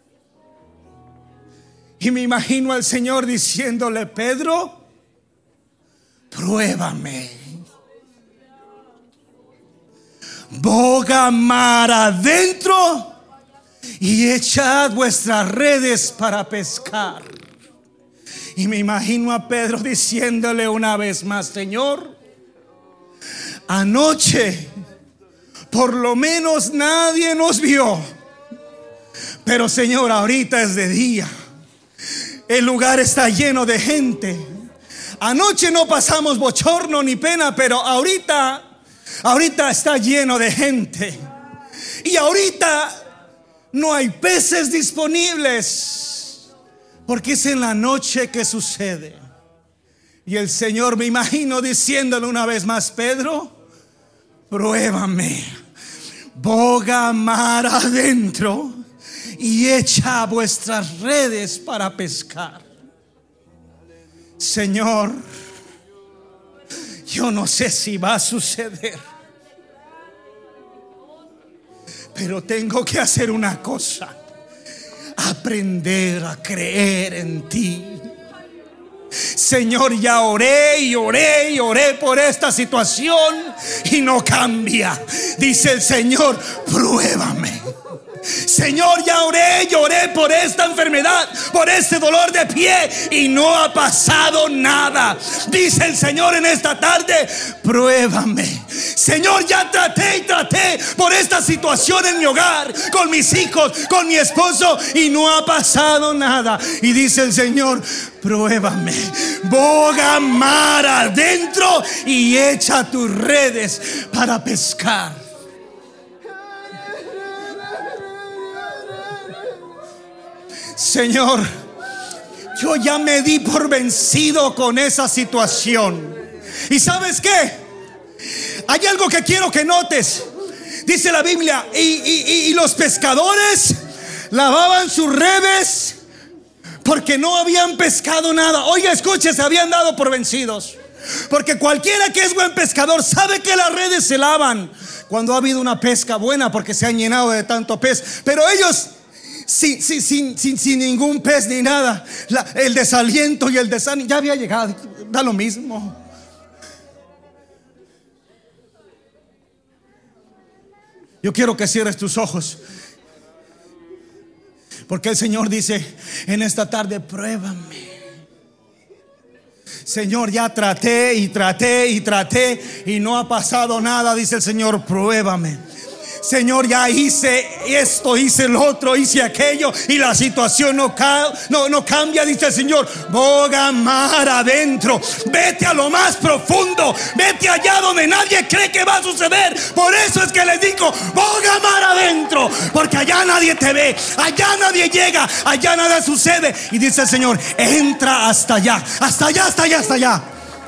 Y me imagino al Señor diciéndole: Pedro, pruébame. Boga mar adentro y echad vuestras redes para pescar. Y me imagino a Pedro diciéndole una vez más: Señor, anoche por lo menos nadie nos vio, pero Señor, ahorita es de día, el lugar está lleno de gente. Anoche no pasamos bochorno ni pena, pero ahorita, ahorita está lleno de gente. Y ahorita no hay peces disponibles, porque es en la noche que sucede. Y el Señor, me imagino diciéndole una vez más: Pedro, pruébame. Boga mar adentro y echa vuestras redes para pescar. Señor, yo no sé si va a suceder, pero tengo que hacer una cosa: aprender a creer en ti. Señor, ya oré y oré y oré por esta situación y no cambia. Dice el Señor: pruébame. Señor, ya oré y oré por esta enfermedad, por este dolor de pie, y no ha pasado nada. Dice el Señor en esta tarde: pruébame. Señor, ya traté y traté por esta situación en mi hogar, con mis hijos, con mi esposo, y no ha pasado nada. Y dice el Señor: pruébame. Boga mar adentro y echa tus redes para pescar. Señor, yo ya me di por vencido con esa situación. ¿Y sabes qué? Hay algo que quiero que notes. Dice la Biblia: y, y, y los pescadores lavaban sus redes porque no habían pescado nada. Oiga, escuche, se habían dado por vencidos. Porque cualquiera que es buen pescador sabe que las redes se lavan cuando ha habido una pesca buena, porque se han llenado de tanto pez. Pero ellos, sin, sin, sin, sin, sin ningún pez ni nada, la, el desaliento y el desánimo ya había llegado. Da lo mismo. Yo quiero que cierres tus ojos, porque el Señor dice en esta tarde: pruébame. Señor, ya traté y traté y traté y no ha pasado nada. Dice el Señor: pruébame. Señor, ya hice esto, hice el otro, hice aquello, y la situación no, no, no cambia. Dice el Señor: boga mar adentro. Vete a lo más profundo, vete allá donde nadie cree que va a suceder. Por eso es que les digo: boga mar adentro, porque allá nadie te ve, allá nadie llega, allá nada sucede. Y dice el Señor: entra hasta allá, hasta allá, hasta allá, hasta allá.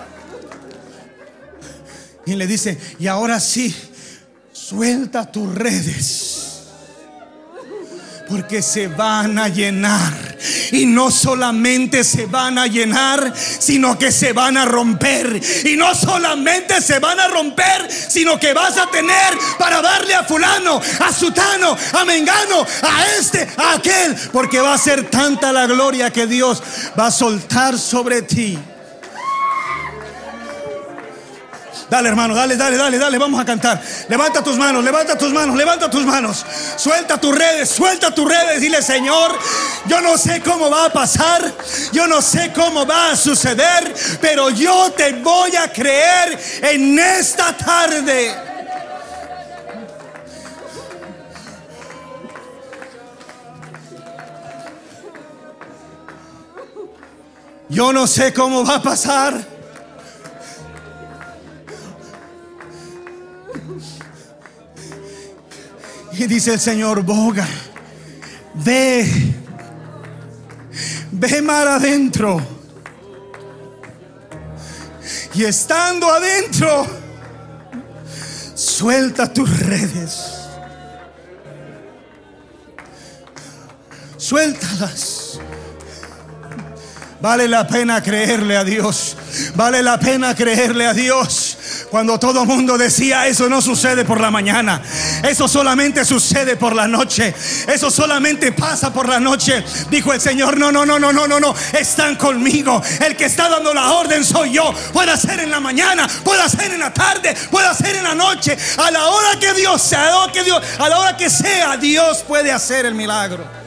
Y le dice: y ahora sí, suelta tus redes, porque se van a llenar. Y no solamente se van a llenar, sino que se van a romper. Y no solamente se van a romper, sino que vas a tener para darle a fulano, a sutano, a mengano, a este, a aquel, porque va a ser tanta la gloria que Dios va a soltar sobre ti. Dale, hermano, dale, dale, dale, dale, vamos a cantar. Levanta tus manos, levanta tus manos, levanta tus manos. Suelta tus redes, suelta tus redes. Dile: Señor, yo no sé cómo va a pasar, yo no sé cómo va a suceder, pero yo te voy a creer en esta tarde. Yo no sé cómo va a pasar, y dice el Señor: boga, ve, ve mar adentro. Y estando adentro, suelta tus redes, suéltalas. Vale la pena creerle a Dios. Vale la pena creerle a Dios. Cuando todo el mundo decía: eso no sucede por la mañana, eso solamente sucede por la noche, eso solamente pasa por la noche, dijo el Señor: no, no, no, no, no, no, no, están conmigo. El que está dando la orden soy yo. Puede hacer en la mañana, puede hacer en la tarde, puede hacer en la noche. A la hora que Dios sea, a la hora que Dios, a la hora que sea, Dios puede hacer el milagro.